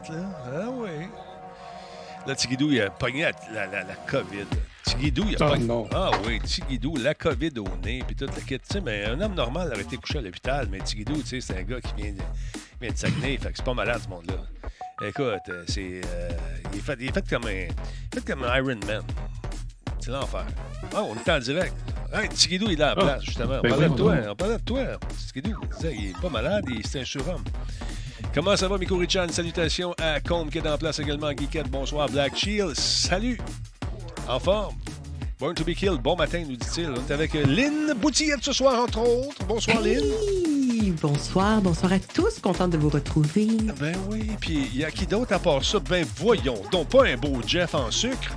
là. Ah oui. Là, Tigidou, il a pogné la COVID. Tigidou, il a pogné... non. Ah oui, Tigidou, la COVID au nez, puis toute la quête. Tu sais, mais un homme normal aurait été couché à l'hôpital, mais Tigidou, tu sais, c'est un gars qui vient de Saguenay, fait que c'est pas malade, ce monde-là. Écoute, il est fait comme un Iron Man. C'est l'enfer. Ah, on est en direct. Hey, Tigidou, il est là à la place, justement. On parlait de toi. Tigidou, il est pas malade, c'est un surhomme. Comment ça va, Miko Richan? Salutations à Combe qui est en place également. Geekette, bonsoir. Black Shield, salut. En forme. Born to be killed, bon matin, nous dit-il. On est avec Lynn Boutillette ce soir, entre autres. Bonsoir, Lynn. Bonsoir à tous. Contente de vous retrouver. Ben oui, puis il y a qui d'autre à part ça? Ben voyons, donc pas un beau Jeff en sucre.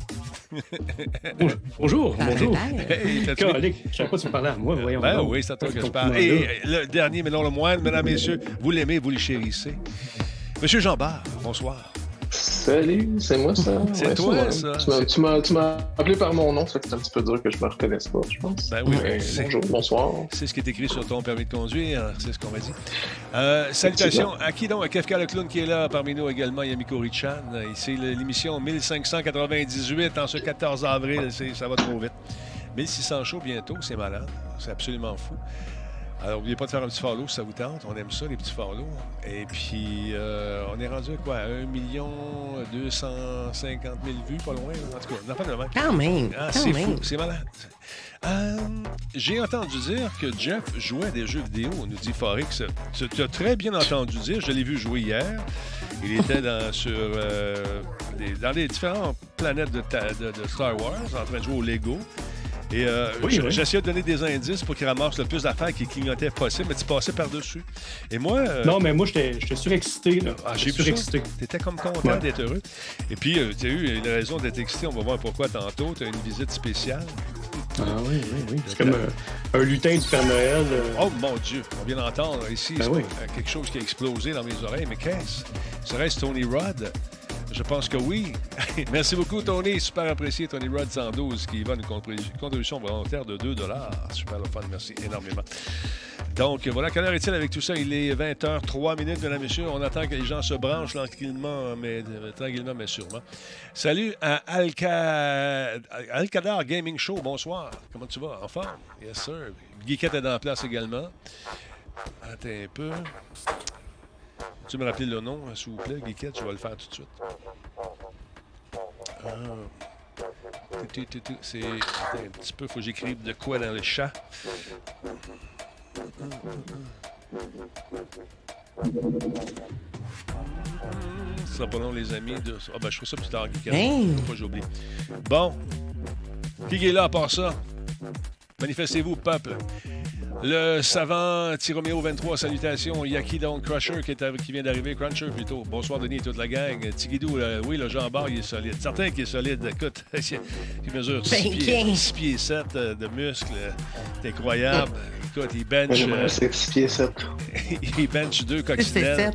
Bonjour. Hey, je savais pas si tu parlais à moi, voyons. Ben oui, c'est à toi que je parle. Et le dernier, mais non le moindre, mesdames, messieurs, vous l'aimez, vous le chérissez. Monsieur Jean Bart, bonsoir. Salut, c'est moi ça. C'est toi ça. Tu m'as appelé par mon nom, ça fait un petit peu dur que je me reconnaisse pas, je pense. Ben oui. Bonjour, bonsoir. C'est ce qui est écrit sur ton permis de conduire, c'est ce qu'on m'a dit. Salutations à qui donc? À Kefka le clown qui est là parmi nous également, il y a Miko Richan. C'est l'émission 1598 en ce 14 avril, ça va trop vite. 1600 shows bientôt, c'est malade, c'est absolument fou. Alors, n'oubliez pas de faire un petit follow si ça vous tente. On aime ça, les petits follow. Et puis, on est rendu à quoi? 1 250 000 vues, pas loin. En tout cas, on n'a pas de même. Quand même. Ah, c'est fou, c'est malade. J'ai entendu dire que Jeff jouait à des jeux vidéo, nous dit Forex. Tu as très bien entendu dire, je l'ai vu jouer hier. Il était dans les différentes planètes de Star Wars, en train de jouer au Lego. Et j'essayais de donner des indices pour qu'il ramasse le plus d'affaires qui clignotaient possible, mais tu passais par-dessus. Et moi... Non, mais moi, j'étais surexcité. Là. Ah, j'ai vu ça. T'étais comme content d'être heureux. Et puis, tu as eu une raison d'être excité. On va voir pourquoi tantôt. Tu as une visite spéciale. Ah oui. C'est comme un lutin du Père Noël. Oh mon Dieu, on vient d'entendre ici quelque chose qui a explosé dans mes oreilles. Mais qu'est-ce? Serait-ce Tony Rod? Je pense que oui. Merci beaucoup, Tony. Super apprécié, Tony Rod 112, qui va une contribution volontaire de 2 $. Super le fun. Merci énormément. Donc, voilà. Quelle heure est-il avec tout ça? Il est 20h03, mesdames et messieurs. On attend que les gens se branchent tranquillement, mais sûrement. Salut à Alcadar Gaming Show. Bonsoir. Comment tu vas? En forme? Yes, sir. Geekette est dans la place également. Attends un peu. Tu me rappeler le nom, s'il vous plaît, Geekette? Je vais le faire tout de suite. C'est... Attends un petit peu, il faut que j'écrive de quoi dans le chat. Ce sera pas long, les amis. Je ferai ça plus tard, Geekette. Faut pas j'oublie. Bon. Qui est là à part ça? Manifestez-vous, peuple. Le savant Tiromeo 23, salutations. Yaki donc Crusher qui vient d'arriver. Cruncher plutôt. Bonsoir Denis et toute la gang. Tigidou, oui, le Jean Bart, il est solide. Certain qu'il est solide. Écoute, il mesure 6 pieds 7 de muscles. C'est incroyable. Écoute, il bench... c'est 6 pieds 7. Il bench 2 coccinelles.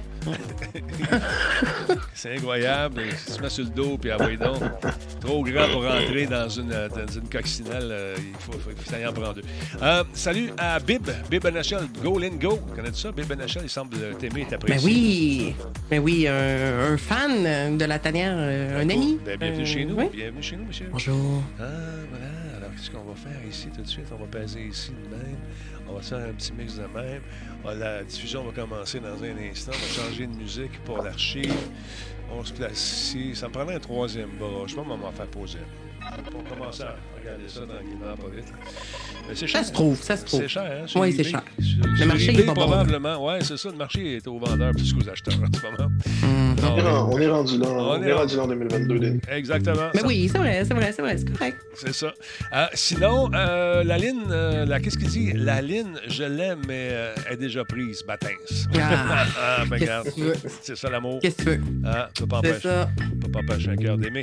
C'est incroyable. Il se met sur le dos, puis envoie donc. Trop grand pour rentrer dans une coccinelle. Il faut que ça y en prend 2. Salut à Bib NHL, Go Lin Go. Connais-tu ça? Bib NHL, il semble t'aimer et t'apprécier. Ben oui, un fan de la tanière, un ami. Bienvenue chez nous. Oui. Bienvenue chez nous, monsieur. Bonjour. Voilà. Alors, qu'est-ce qu'on va faire ici tout de suite? On va peser ici de même. On va faire un petit mix de même. La diffusion va commencer dans un instant. On va changer de musique pour l'archive. On se place ici. Ça me prendrait un troisième bras. Je sais pas comment on va faire poser. Pour commencer à regarder ça tranquillement, pas vite. Mais c'est cher. Ça se trouve. C'est cher, hein? Oui, c'est cher. Le marché est pas bon. Probablement. Oui, c'est ça. Le marché est aux vendeurs plus qu'aux acheteurs en ce moment. On est rendu là. On est rendu là en 2022, Denis. Exactement. Mais oui, c'est vrai. C'est correct. C'est ça. Sinon, la ligne, qu'est-ce qu'il dit? La ligne, je l'aime, mais elle est déjà prise. Batins. Ben regarde. C'est ça l'amour. Qu'est-ce que tu veux? Tu peux pas empêcher un cœur d'aimer.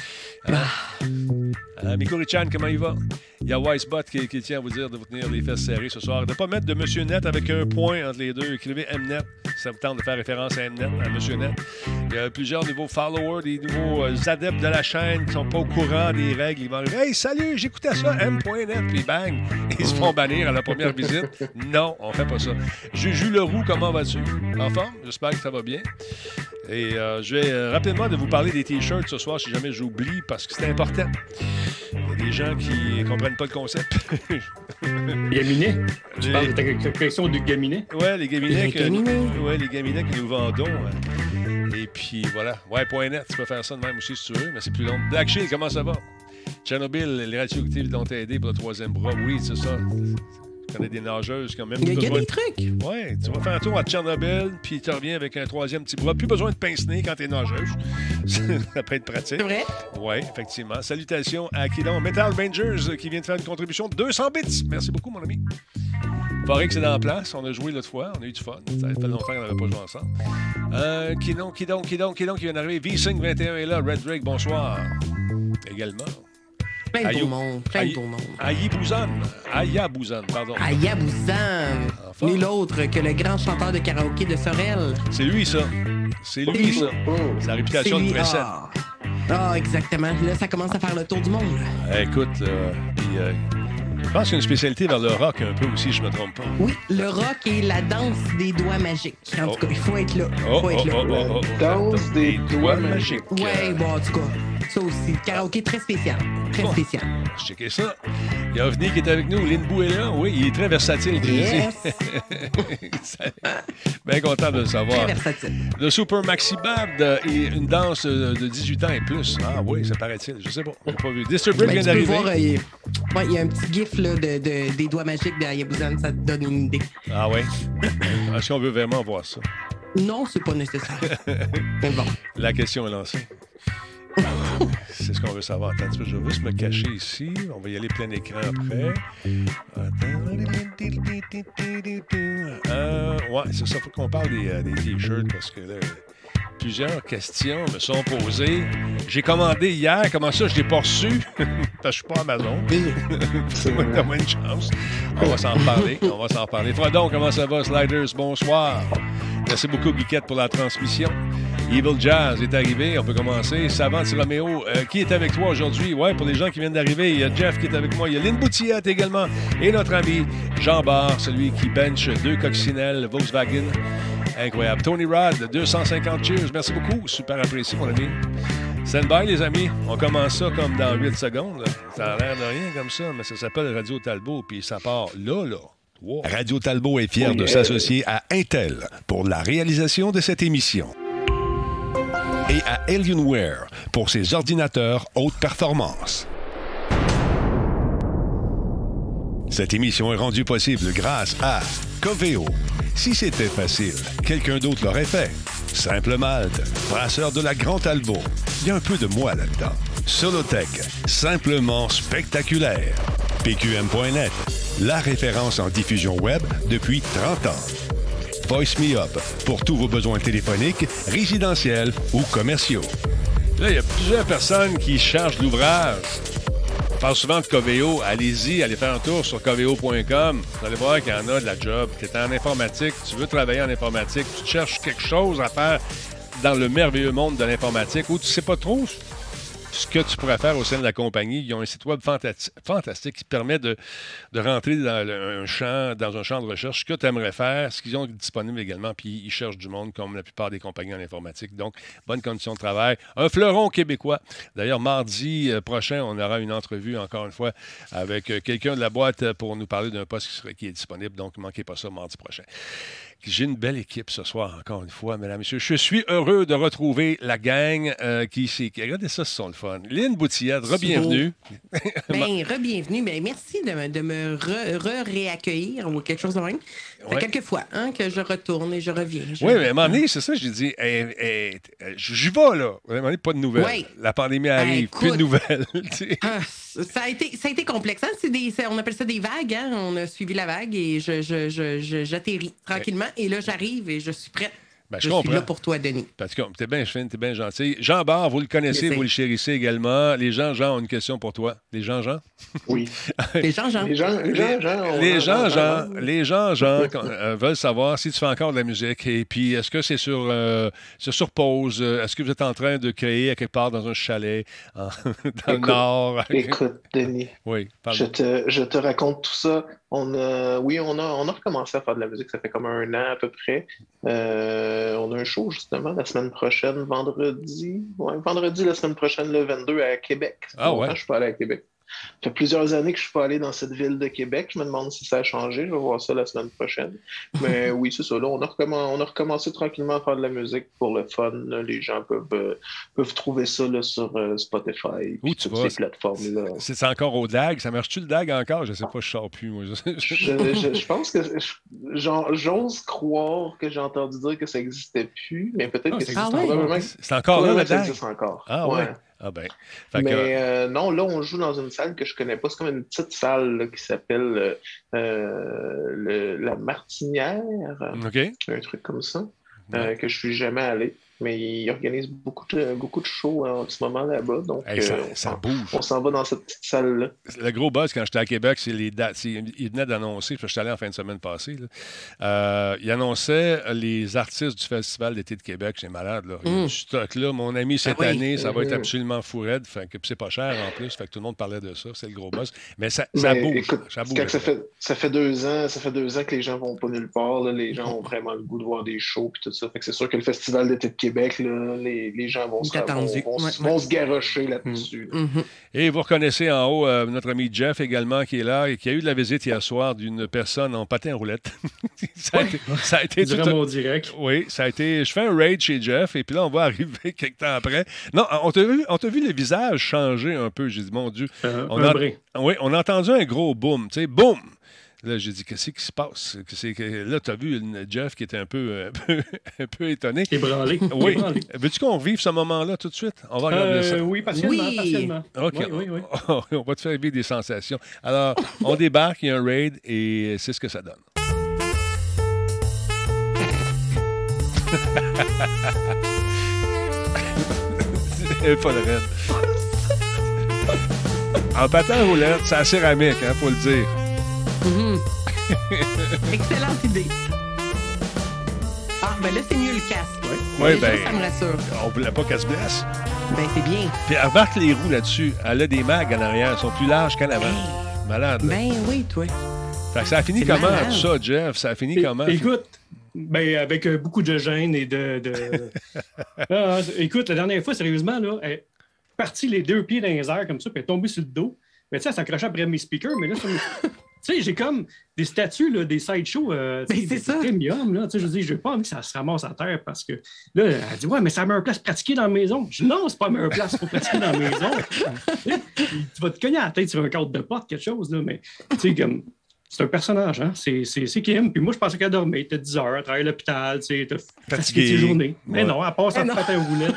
Miko Richan, comment il va? Il y a Wisebot qui tient à vous dire de vous tenir les fesses serrées ce soir. De ne pas mettre de Monsieur Net avec un point entre les deux. Écrivez Mnet. Ça vous tente de faire référence à Mnet, à Monsieur Net. Il y a plusieurs nouveaux followers, des nouveaux adeptes de la chaîne qui ne sont pas au courant des règles. Ils vont dire Hey, salut, j'écoutais ça, M.net, puis bang, ils se font bannir à la première visite. Non, on fait pas ça. Juju Leroux, comment vas-tu? En forme? J'espère que ça va bien. Et je vais rapidement de vous parler des T-shirts ce soir, si jamais j'oublie, parce que c'est important. Il y a des gens qui ne comprennent pas le concept. Gaminet? Tu parles de ta collection de gaminets? Oui, les gaminets. Les gaminets. Ouais, les gaminets que nous vendons. Et puis, voilà. Ouais, .net, tu peux faire ça de même aussi si tu veux, mais c'est plus long. Black Shield, comment ça va? Tchernobyl, les radioactifs t'ont aidé pour le troisième bras. Oui, c'est ça. Je connais des nageuses qui ont même Il y a besoin des trucs. Ouais, tu vas faire un tour à Tchernobyl, puis tu reviens avec un troisième petit bras. Plus besoin de pince-nez quand t'es nageuse. Ça peut être pratique. C'est vrai? Oui, effectivement. Salutations à Kidon Metal Rangers qui vient de faire une contribution de 200 bits. Merci beaucoup, mon ami. Forex est en place. On a joué l'autre fois. On a eu du fun. Ça fait longtemps qu'on n'avait pas joué ensemble. Kidon qui vient d'arriver. V-Sync 21 est là. Red Drake, bonsoir. Également. Plein de beau monde. Plein de beau monde. Ayabouzan, pardon. Ayabouzan. Enfin. Nul autre que le grand chanteur de karaoké de Sorel. C'est lui, ça. C'est lui, ça. C'est la réputation de précède. Exactement. Là, ça commence à faire le tour du monde. Écoute, je pense qu'il y a une spécialité vers le rock un peu aussi, je me trompe pas. Oui, le rock et la danse des doigts magiques. En tout cas, il faut être là. Danse des doigts magiques. Ouais, bon, en tout cas, ça aussi. Karaoké très spécial. Très spécial. Checkez ça. Il y a OVNI qui est avec nous. Linbou est là. Oui, il est très versatile. Yes. Bien content de le savoir. Très versatile. Le Super Maxi Bad et une danse de 18 ans et plus. Ah oui, ça paraît-il. Je sais pas. J'ai pas vu. Disturbrick vient d'arriver. Il y a un petit gif là, des doigts magiques derrière Bouzane. Ça te donne une idée. Ah oui? Est-ce qu'on veut vraiment voir ça? Non, c'est pas nécessaire. Mais bon. La question est lancée. C'est ce qu'on veut savoir. Attends, je vais juste me cacher ici. On va y aller plein écran après. Ouais, c'est ça. Il faut qu'on parle des T-shirts parce que là, plusieurs questions me sont posées. J'ai commandé hier. Comment ça, je ne l'ai pas reçu? Parce que je ne suis pas Amazon. T'as moins de chance. On va s'en parler. Fredon, comment ça va? Sliders, bonsoir. Merci beaucoup, Guiquette, pour la transmission. Evil Jazz est arrivé, on peut commencer. Savant Roméo, qui est avec toi aujourd'hui? Ouais, pour les gens qui viennent d'arriver, il y a Jeff qui est avec moi, il y a Lynn Boutillette également, et notre ami Jean Barre, celui qui bench 2 coccinelles Volkswagen. Incroyable. Tony Rod, 250 cheers, merci beaucoup, super apprécié, mon ami. Stand by, les amis, on commence ça comme dans 8 secondes. Là. Ça a l'air de rien comme ça, mais ça s'appelle Radio Talbot, puis ça part là. Wow. Radio Talbot est fier de s'associer à Intel pour la réalisation de cette émission. Et à Alienware pour ses ordinateurs haute performance. Cette émission est rendue possible grâce à Coveo. Si c'était facile, quelqu'un d'autre l'aurait fait. Simple Malte, brasseur de la Grand Talbot. Il y a un peu de moi là-dedans. Solotech, simplement spectaculaire. PQM.net, la référence en diffusion web depuis 30 ans. Voice Me Up, pour tous vos besoins téléphoniques, résidentiels ou commerciaux. Là, il y a plusieurs personnes qui cherchent l'ouvrage. On parle souvent de Coveo. Allez-y, allez faire un tour sur coveo.com. Vous allez voir qu'il y en a de la job. Tu es en informatique, tu veux travailler en informatique, tu cherches quelque chose à faire dans le merveilleux monde de l'informatique où tu ne sais pas trop ce que tu pourrais faire au sein de la compagnie. Ils ont un site web fantastique qui permet de rentrer dans un champ de recherche, ce que tu aimerais faire, ce qu'ils ont disponible également, puis ils cherchent du monde comme la plupart des compagnies en informatique. Donc, bonne condition de travail. Un fleuron québécois. D'ailleurs, mardi prochain, on aura une entrevue, encore une fois, avec quelqu'un de la boîte pour nous parler d'un poste qui est disponible. Donc, ne manquez pas ça mardi prochain. J'ai une belle équipe ce soir, encore une fois, mesdames et messieurs. Je suis heureux de retrouver la gang qui regardez ça, ce sont le fun. Lynn Boutillette, re-bienvenue. Re-bienvenue. Ben, merci de me réaccueillir ou quelque chose de même. Ça fait quelques fois que je retourne et je reviens. Oui, mais à un moment donné, c'est ça, j'ai dit, j'y vais, là. À un moment donné, pas de nouvelles. Ouais. La pandémie arrive, plus de nouvelles. Ça a été complexe. Hein? On appelle ça des vagues. Hein? On a suivi la vague et j'atterris tranquillement. Et là, j'arrive et je suis prête. Ben, je suis là pour toi, Denis. Parce que t'es bien fine, t'es bien gentil. Jean Barre, vous le connaissez, vous le chérissez également. Les gens ont une question pour toi. Les gens Oui. Les gens veulent savoir si tu fais encore de la musique. Et puis, est-ce que c'est sur pause? Est-ce que vous êtes en train de créer à quelque part dans un chalet dans le Nord? Écoute, Denis. Oui, je te raconte tout ça Oui, on a recommencé à faire de la musique, ça fait comme 1 an à peu près. On a un show justement la semaine prochaine, vendredi. Ouais, vendredi la semaine prochaine, le 22 à Québec. Ça fait Ah longtemps ouais? que je suis pas allé à Québec. Ça fait plusieurs années que je suis pas allé dans cette ville de Québec. Je me demande si ça a changé. Je vais voir ça la semaine prochaine. Mais oui, c'est ça. Là, on a recommencé tranquillement à faire de la musique pour le fun. Là. Les gens peuvent trouver ça là, sur Spotify Où et tu toutes vas? ces plateformes-là. C'est encore au DAG? Ça marche-tu le DAG encore? Je sais pas, je sors plus, moi. Je pense que j'ose croire que j'ai entendu dire que ça n'existait plus, mais peut-être Ah, que ça c'est existe encore. probablement, C'est encore là, le ça DAG? existe encore. Ah ouais? Ah ben. Fait que, Mais non, là, on joue dans une salle que je connais pas. C'est comme une petite salle là, qui s'appelle la Martinière, OK. un truc comme ça, Ouais. que je suis jamais allé. Mais il organise beaucoup de shows en ce moment là-bas. Donc, Hey, ça bouge. on s'en va dans cette petite salle-là. Le gros buzz, quand j'étais à Québec, c'est les dates. Il venait d'annoncer, puis je suis allé en fin de semaine passée. Là. Il annonçait les artistes du Festival d'été de Québec. C'est malade. Là. Il y a du stock là. Mon ami, cette oui. année, ça va être Mhm. absolument fou raide. Fait que puis c'est pas cher en plus. Fait que tout le monde parlait de ça. C'est le gros buzz. Mais ça Mais bouge. écoute, Ça bouge. quand ça fait 2 ans, que les gens vont pas nulle part. Là. Les gens ont vraiment le goût de voir des shows et tout ça. Fait que c'est sûr que le Festival d'été de Québec, là, les gens vont Il est attendu. vont se garrocher là-dessus. là. Mhm. Et vous reconnaissez en haut notre ami Jeff également qui est là et qui a eu de la visite hier soir d'une personne en patin à roulette. ça a été Du tout Raymond direct. Oui, ça a été. Je fais un raid chez Jeff et puis là, on va arriver quelques temps après. Non, on t'a vu le visage changer un peu. J'ai dit, mon Dieu. Un brin. Oui, on a entendu un gros boom. Tu sais, boum! Là, j'ai dit, qu'est-ce qui se passe? Là, tu as vu Jeff qui était un peu étonné. Ébranlé. Oui. Ébranlé. Veux-tu qu'on vive ce moment-là tout de suite? On va regarder ça. Oui, partiellement. Oui. partiellement. OK. Oui. On va te faire vivre des sensations. Alors, on débarque, il y a un raid et c'est ce que ça donne. C'est pas le raid. En patin à roulette, c'est la céramique, hein, faut le dire. Mhm. Excellente idée. Ah, ben là, c'est mieux le casque. Oui, Déjà, ben, ça me rassure. on voulait pas qu'elle se blesse. Ben, c'est bien. Puis remarque les roues là-dessus. Elle a des mags en arrière. Elles sont plus larges qu'en avant. Malade. Là. Ben oui, toi. Fait que ça a fini c'est comment, malade. tout ça, Jeff? Ça a fini comment? Écoute, ben, avec beaucoup de gêne et Ah, écoute, la dernière fois, sérieusement, là, elle est partie les 2 pieds dans les airs comme ça, puis elle est tombée sur le dos. Mais tu sais, elle s'accrochait après mes speakers, mais là, tu sais, j'ai comme des statues, là, des sideshows, c'est des ça. premium, là. Tu sais, je dis, j'ai pas envie que ça se ramasse à terre parce que là, elle dit, ouais, mais ça met un place pratiquer dans la maison. Je dis, non, c'est pas un place pour pratiquer dans la maison. Tu vas te cogner à la tête sur un cadre de porte, quelque chose, là, mais tu sais, comme. C'est un personnage, hein? C'est Kim. Puis moi, je pensais qu'elle dormait. Elle était 10 heures, elle travaillait à l'hôpital, tu sais, t'as fatigué ses journées. Mais Ouais. non, elle passe en patin roulette.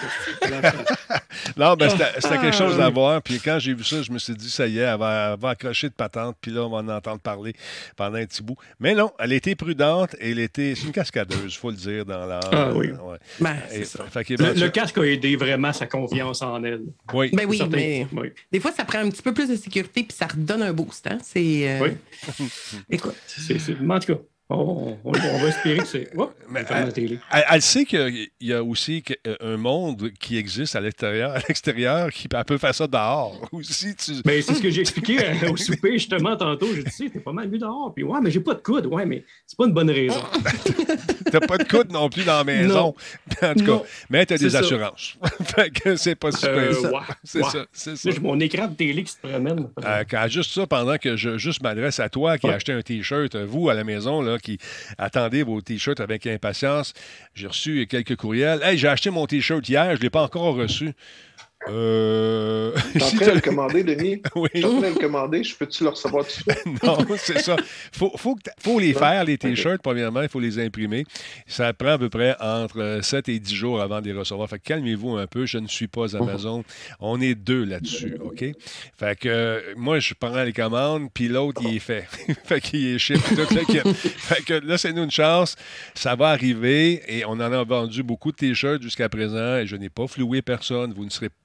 Non, ben, c'était quelque chose à voir. Puis quand j'ai vu ça, je me suis dit, ça y est, elle va accrocher de patente. Puis là, on va en entendre parler pendant un petit bout. Mais non, elle était prudente et c'est une cascadeuse, il faut le dire, dans l'art. Ah oui. Ouais. Ben, Et- c'est ça. fait qu'éventuellement- Le casque a aidé vraiment sa confiance en elle. Oui. Ben oui, Certain. mais Oui. des fois, ça prend un petit peu plus de sécurité puis ça redonne un boost. Hein? C'est. Oui. Écoute. Mais en tout cas, on va espérer que c'est. Oh, Mais on ferme la télé. Elle sait qu'il y a aussi un monde qui existe à l'extérieur, qui elle peut faire ça dehors aussi. Ben, c'est ce que j'ai expliqué au souper justement tantôt. J'ai dit, tu sais, t'es pas mal mieux dehors. Puis, ouais, mais j'ai pas de coude. Ouais, mais c'est pas une bonne raison. T'as pas de coude non plus dans la maison. En tout cas, Non. mais t'as des C'est ça. assurances. Fait que c'est pas super. Ouais, C'est ouais. ça. C'est ça. Là, j'ai mon écran de télé qui se promène. Quand juste ça, pendant que je juste m'adresse à toi qui Ouais. a acheté un T-shirt, vous à la maison, là, qui attendez vos T-shirts avec impatience, j'ai reçu quelques courriels. Hey, j'ai acheté mon T-shirt hier, je ne l'ai pas encore reçu. T'es en Si train de le commander, Denis? Oui. Je suis en train de le commander. Je peux-tu le recevoir tout de suite? Non, c'est ça. Faut les faire, les T-shirts, premièrement. Il faut les imprimer. Ça prend à peu près entre 7 et 10 jours avant de les recevoir. Fait que calmez-vous un peu. Je ne suis pas Amazon. On est 2 là-dessus, OK? Fait que moi, je prends les commandes, puis l'autre, il est fait. Fait qu'il est ship. Fait que là, c'est nous une chance. Ça va arriver et on en a vendu beaucoup de T-shirts jusqu'à présent et je n'ai pas floué personne. Vous ne serez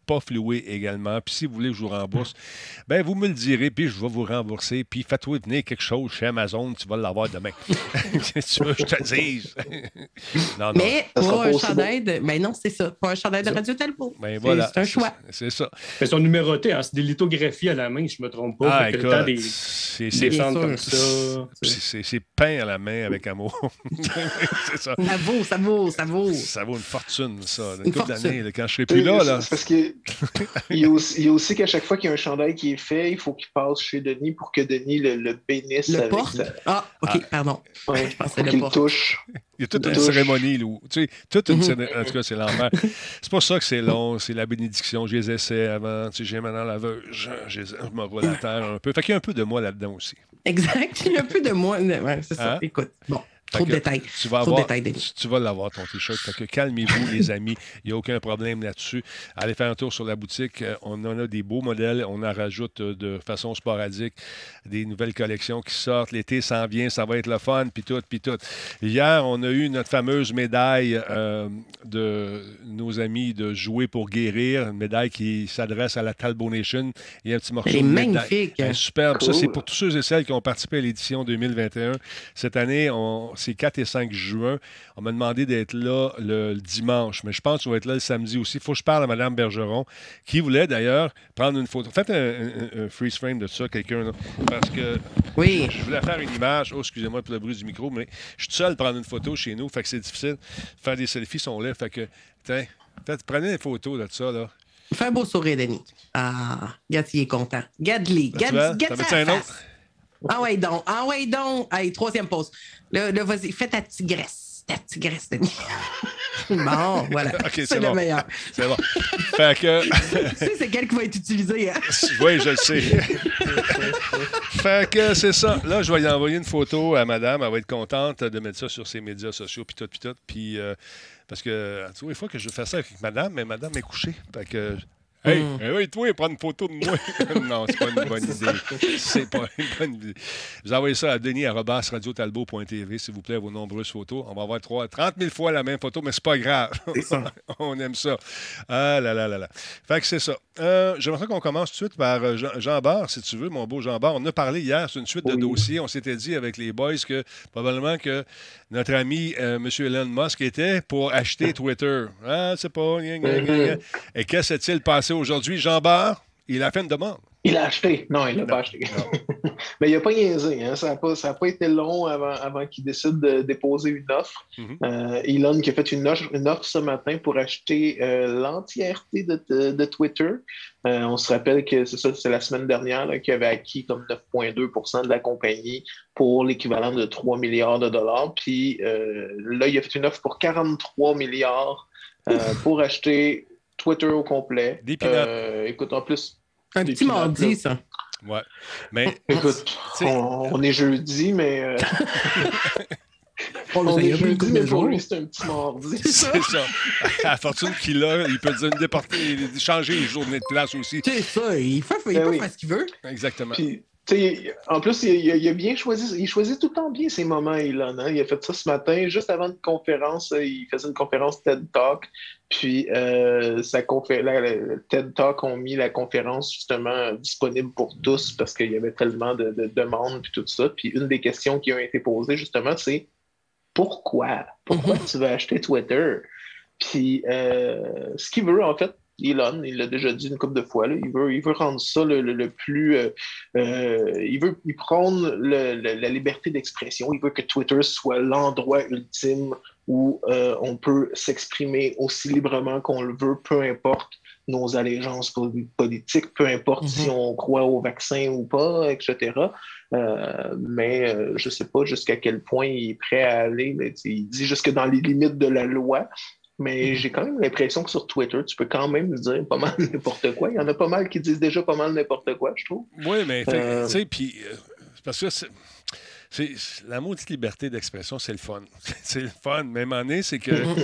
pas floué également. Puis si vous voulez que je vous rembourse, ben vous me le direz, puis je vais vous rembourser. Puis fais-toi venir quelque chose chez Amazon, tu vas l'avoir demain. Qu'est-ce que tu veux que je te dise? Non. Mais Ça pour sera un pas aussi chandail de... Ben non, c'est ça. Pour un chandail de Radio Talbot. Ben voilà. C'est un choix. C'est ça. Ils sont numérotés, hein, c'est des lithographies à la main, je ne me trompe pas. Ah, Fait que écoute, le temps c'est des Bien centres sûr. comme ça. c'est peint à la main avec amour. C'est ça. Ça vaut. Ça vaut une fortune, ça. Une Une couple fortune. d'années, là, quand je serai plus là. C'est parce que il y a aussi qu'à chaque fois qu'il y a un chandail qui est fait, il faut qu'il passe chez Denis pour que Denis le bénisse Le avec porte. sa... Ah, OK, pardon. Ouais, Je pensais pour le qu'il le porte. touche. Il y a toute une Touche. cérémonie, Lou. Tu sais, toute une cérémonie. En tout cas, c'est l'enfer. C'est pour ça que c'est long. C'est la bénédiction. Je les essaie avant. Tu sais, j'ai maintenant la veuve. Je me roule la terre un peu. Fait qu'il y a un peu de moi là-dedans aussi. Exact. Il y a un peu de moi. Ouais, c'est ça. Hein? Écoute, bon. Fait Trop de que détails. Tu vas, Trop de avoir, détails, Denis. tu vas l'avoir, ton T-shirt. Fait que calmez-vous, les amis. Il n'y a aucun problème là-dessus. Allez faire un tour sur la boutique. On en a des beaux modèles. On en rajoute de façon sporadique des nouvelles collections qui sortent. L'été s'en vient. Ça va être le fun. Puis tout. Hier, on a eu notre fameuse médaille de nos amis de Jouer pour guérir. Une médaille qui s'adresse à la Talbot Nation. Il y a un petit morceau Elle est de médaille. magnifique. Elle est superbe. Cool. Ça, c'est pour tous ceux et celles qui ont participé à l'édition 2021. Cette année, c'est 4 et 5 juin. On m'a demandé d'être là le dimanche, mais je pense que je vais être là le samedi aussi. Il faut que je parle à Mme Bergeron, qui voulait d'ailleurs prendre une photo. Faites un freeze frame de ça, quelqu'un, là, parce que Oui. je voulais faire une image. Oh, excusez-moi pour le bruit du micro, mais je suis tout seul à prendre une photo chez nous, fait que c'est difficile. Faire des selfies sont là, fait que, tiens, prenez des photos de ça, là. Fais un beau sourire, Denis. Ah, regarde s'il est content. Garde-les. Tu vois? Garde T'en sa veux-tu un autre? face. Ah ouais donc. Allez, troisième pause. Là, vas-y, fais ta tigresse. Denis. Bon, voilà. OK, c'est le bon. meilleur. C'est bon. Fait que... Tu sais, c'est quel qui va être utilisé, hein? Oui, je le sais. Fait que c'est ça. Là, je vais y envoyer une photo à madame. Elle va être contente de mettre ça sur ses médias sociaux, puis tout. Puis, parce que, tu vois, il faut que je fasse ça avec madame, mais madame est couchée. Fait que... Hey, oui, toi, prends une photo de moi. Non, c'est pas une bonne idée. C'est pas une bonne idée. Vous envoyez ça à denis@radiotalbot.tv, s'il vous plaît, vos nombreuses photos. On va avoir 30 000 fois la même photo, mais c'est pas grave. On aime ça. Ah là là. Fait que c'est ça. J'aimerais qu'on commence tout de suite par Jean Barre, si tu veux, mon beau Jean Barre. On a parlé hier sur une suite de dossiers. On s'était dit avec les boys que probablement que notre ami M. Elon Musk était pour acheter Twitter. Ah, c'est pas... Et que s'est-il passé aujourd'hui? Jean Barre, il a fait une demande. Il a acheté. Non, il l'a pas acheté. Mais il n'a pas niaisé. Hein. Ça n'a pas été long avant qu'il décide de déposer une offre. Elon qui a fait une offre ce matin pour acheter l'entièreté de Twitter. On se rappelle que c'est la semaine dernière qu'il avait acquis comme 9,2% de la compagnie pour l'équivalent de 3 milliards de dollars. Puis là, il a fait une offre pour 43 milliards pour acheter Twitter au complet. Des peanuts. Écoute, en plus... Un petit mardi, ça. Ouais. Mais... Écoute, on est jeudi, mais... On est est jeudi, mais pour lui, c'est un petit mardi. C'est ça. À la fortune qu'il a, il peut changer les journées de place aussi. C'est ça, il peut faire ce qu'il veut. Exactement. Puis, en plus, il a bien choisi, il choisit tout le temps bien ses moments, Elon. Hein? Il a fait ça ce matin, juste avant une conférence. Il faisait une conférence TED Talk. Puis, le TED Talk ont mis la conférence justement disponible pour tous parce qu'il y avait tellement de demandes puis tout ça. Puis, une des questions qui ont été posées justement, c'est pourquoi? Pourquoi tu veux acheter Twitter? Puis, ce qu'il veut, en fait, Elon, il l'a déjà dit une couple de fois, là, il veut rendre ça le plus... il prône la liberté d'expression. Il veut que Twitter soit l'endroit ultime où on peut s'exprimer aussi librement qu'on le veut, peu importe nos allégeances politiques, peu importe si on croit au vaccin ou pas, etc. Mais je ne sais pas jusqu'à quel point il est prêt à aller. Mais il dit jusque dans les limites de la loi. Mais j'ai quand même l'impression que sur Twitter, tu peux quand même dire pas mal n'importe quoi. Il y en a pas mal qui disent déjà pas mal n'importe quoi, je trouve. Oui, mais tu sais, puis parce que la maudite liberté d'expression, c'est le fun. C'est le fun. Mais à un moment donné, c'est que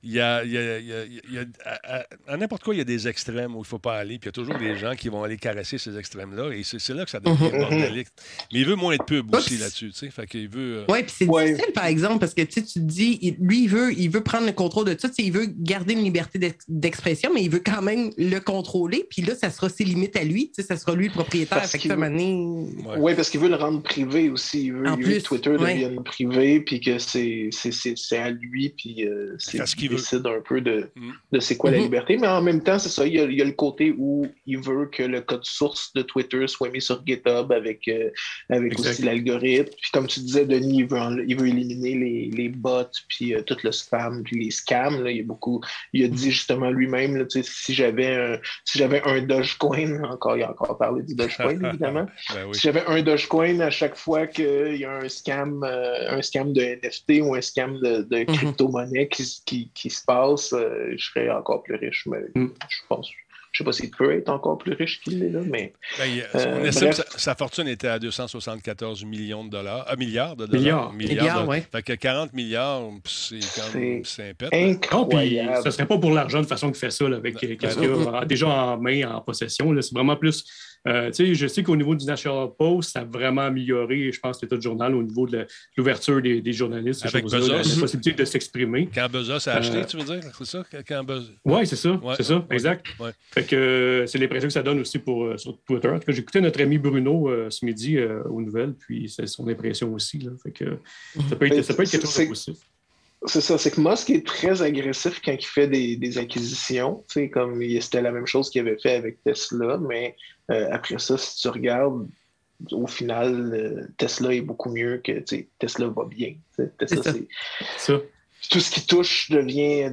à n'importe quoi, il y a des extrêmes où il ne faut pas aller, puis il y a toujours des gens qui vont aller caresser ces extrêmes-là, et c'est là que ça devient bordélique. Mais il veut moins de pub aussi là-dessus, tu sais. Fait qu'il veut... Oui, puis c'est difficile, par exemple, parce que tu te dis, lui, il veut prendre le contrôle de tout, il veut garder une liberté d'expression, mais il veut quand même le contrôler, puis là, ça sera ses limites à lui, ça sera lui le propriétaire. Oui, parce qu'il veut le rendre privé aussi. Il veut que Twitter devienne privé, puis que c'est à lui, puis c'est qu'il décide un peu de c'est quoi la liberté. Mais en même temps, c'est ça, il y a le côté où il veut que le code source de Twitter soit mis sur GitHub avec aussi l'algorithme. Puis comme tu disais, Denis, il veut éliminer les bots, puis tout le spam, puis les scams. Là, il a dit justement lui-même, là, si j'avais un Dogecoin, il a encore parlé du Dogecoin, évidemment. Ben oui. Si j'avais un Dogecoin à chaque fois qu'il y a un scam de NFT ou un scam de crypto-monnaie qui se passe, je serais encore plus riche. Mais je pense. Je ne sais pas s'il peut être encore plus riche qu'il l'est là, mais... on estime que sa fortune était à 274 milliards de dollars. Milliards, oui. Fait que 40 milliards, c'est un pet. Incroyable. Ce ne serait pas pour l'argent de façon qu'il fait ça, là, avec ce qu'il a déjà en main, en possession. Là. C'est vraiment plus... je sais qu'au niveau du National Post, ça a vraiment amélioré, je pense, l'État du journal au niveau de l'ouverture des journalistes. Avec Bezos. La possibilité de s'exprimer. Quand Bezos a acheté, tu veux dire? C'est ça? Oui, c'est ça. C'est ça, exact. Ouais. Fait que c'est l'impression que ça donne aussi sur Twitter. En tout cas, j'écoutais notre ami Bruno ce midi aux nouvelles, puis c'est son impression aussi. Là. Fait que ça peut être quelque chose de positif. C'est ça, c'est que Musk est très agressif quand il fait des acquisitions. Comme c'était la même chose qu'il avait fait avec Tesla, mais après ça, si tu regardes, au final, Tesla est beaucoup mieux que Tesla va bien. Tesla, c'est ça. Tout ce qui touche devient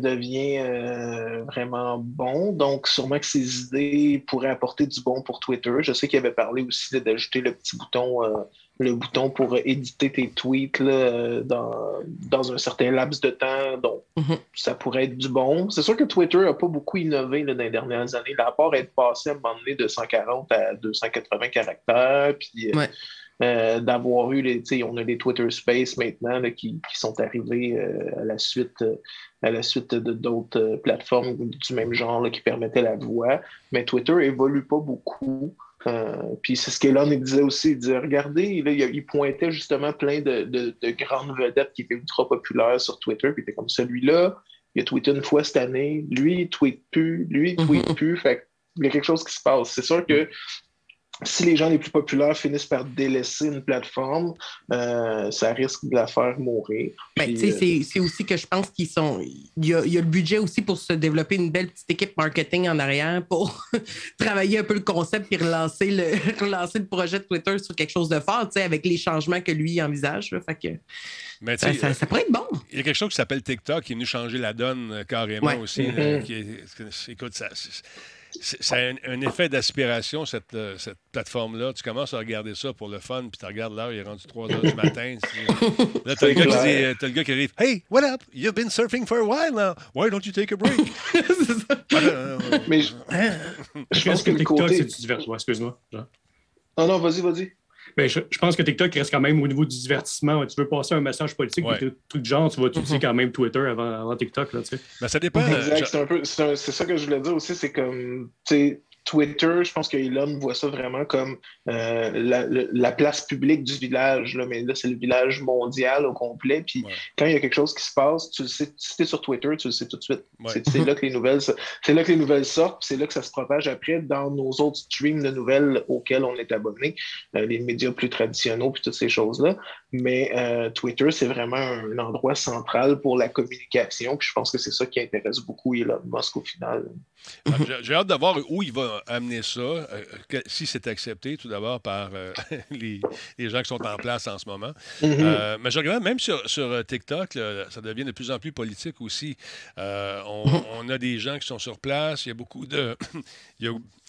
vraiment bon. Donc, sûrement que ces idées pourraient apporter du bon pour Twitter. Je sais qu'il avait parlé aussi d'ajouter le petit bouton pour éditer tes tweets là, dans un certain laps de temps. Donc, ça pourrait être du bon. C'est sûr que Twitter n'a pas beaucoup innové là, dans les dernières années. À part être passé à un moment donné de 140 à 280 caractères, puis d'avoir eu on a des Twitter Space maintenant là, qui sont arrivés à la suite de d'autres plateformes du même genre là, qui permettaient la voix. Mais Twitter évolue pas beaucoup. Puis c'est ce qu'Elon disait aussi. Il disait, regardez, là, il pointait justement plein de grandes vedettes qui étaient ultra populaires sur Twitter. Puis il était comme celui-là, il a tweeté une fois cette année. Lui, il tweete plus. Lui, il tweete plus. Fait qu'il y a quelque chose qui se passe. C'est sûr que si les gens les plus populaires finissent par délaisser une plateforme, ça risque de la faire mourir. Puis, c'est aussi que je pense qu'il y a le budget aussi pour se développer une belle petite équipe marketing en arrière pour travailler un peu le concept et relancer le projet de Twitter sur quelque chose de fort, avec les changements que lui envisage. Là, fait que, mais ça pourrait être bon. Il y a quelque chose qui s'appelle TikTok qui est venu changer la donne carrément aussi. Écoute, ça a un effet d'aspiration, cette plateforme-là. Tu commences à regarder ça pour le fun, puis tu regardes l'heure, il est rendu 3 heures du matin. Là, t'as le gars qui arrive « Hey, what up? You've been surfing for a while now. Why don't you take a break? » Mais je pense que TikTok, c'est du divertissement. Excuse-moi. Non, vas-y. Ben, je pense que TikTok reste quand même au niveau du divertissement. Tu veux passer un message politique ou des trucs de genre, tu vas utiliser quand même Twitter avant TikTok. Là, ben, ça dépend. Exact. C'est ça que je voulais dire aussi. C'est comme Twitter, je pense que Elon voit ça vraiment comme la place publique du village. Là, mais là, c'est le village mondial au complet. Puis quand il y a quelque chose qui se passe, tu le sais, si tu es sur Twitter, tu le sais tout de suite. C'est là que les nouvelles sortent. C'est là que ça se propage après dans nos autres streams de nouvelles auxquels on est abonné, les médias plus traditionnels puis toutes ces choses-là. Mais Twitter, c'est vraiment un endroit central pour la communication. Puis je pense que c'est ça qui intéresse beaucoup Elon Musk au final. J'ai hâte de voir où il va amener ça, si c'est accepté tout d'abord par les gens qui sont en place en ce moment. Mais je regarde même sur TikTok, là, ça devient de plus en plus politique aussi. On a des gens qui sont sur place, il y a beaucoup de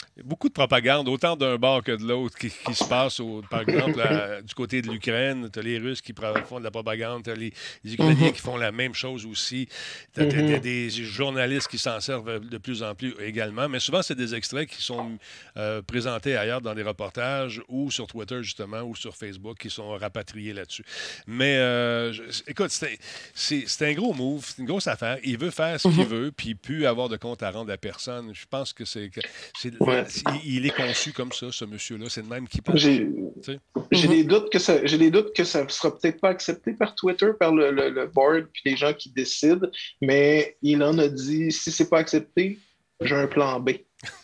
propagande, autant d'un bord que de l'autre, qui se passe, par exemple, du côté de l'Ukraine. Tu as les Russes qui font de la propagande, tu as les Ukrainiens qui font la même chose aussi. Tu as des journalistes qui s'en servent de plus en plus également. Mais souvent, c'est des extraits qui sont présentés ailleurs dans des reportages ou sur Twitter, justement, ou sur Facebook, qui sont rapatriés là-dessus. Mais écoute, c'est un gros move, c'est une grosse affaire. Il veut faire ce qu'il veut, puis plus avoir de compte à rendre à personne. Je pense que il est conçu comme ça, ce monsieur-là. C'est le même qui pense. J'ai des doutes que ça sera peut-être pas accepté par Twitter, par le board, puis les gens qui décident, mais il en a dit, si c'est pas accepté, j'ai un plan B.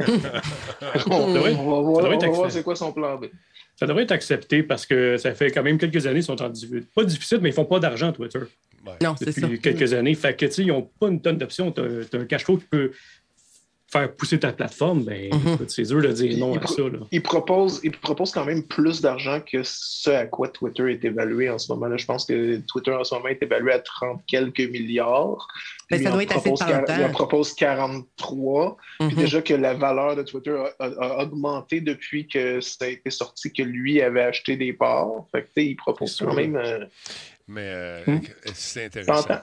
On va voir c'est quoi son plan B. Ça devrait être accepté parce que ça fait quand même quelques années qu'ils sont pas difficiles, mais ils font pas d'argent, Twitter. Ouais. Non, c'est ça. Depuis quelques années. Fait que, tu sais, ils n'ont pas une tonne d'options. Tu as un cash flow qui peut faire pousser ta plateforme. Ben, écoute, c'est dur de dire non à ça. Là. Il propose quand même plus d'argent que ce à quoi Twitter est évalué en ce moment. Là, je pense que Twitter en ce moment est évalué à 30 quelques milliards. Ben, ça doit être assez tentant. Il en propose 43. Puis déjà que la valeur de Twitter a augmenté depuis que ça a été sorti, que lui avait acheté des parts. Fait que, il propose quand même... Mais c'est intéressant.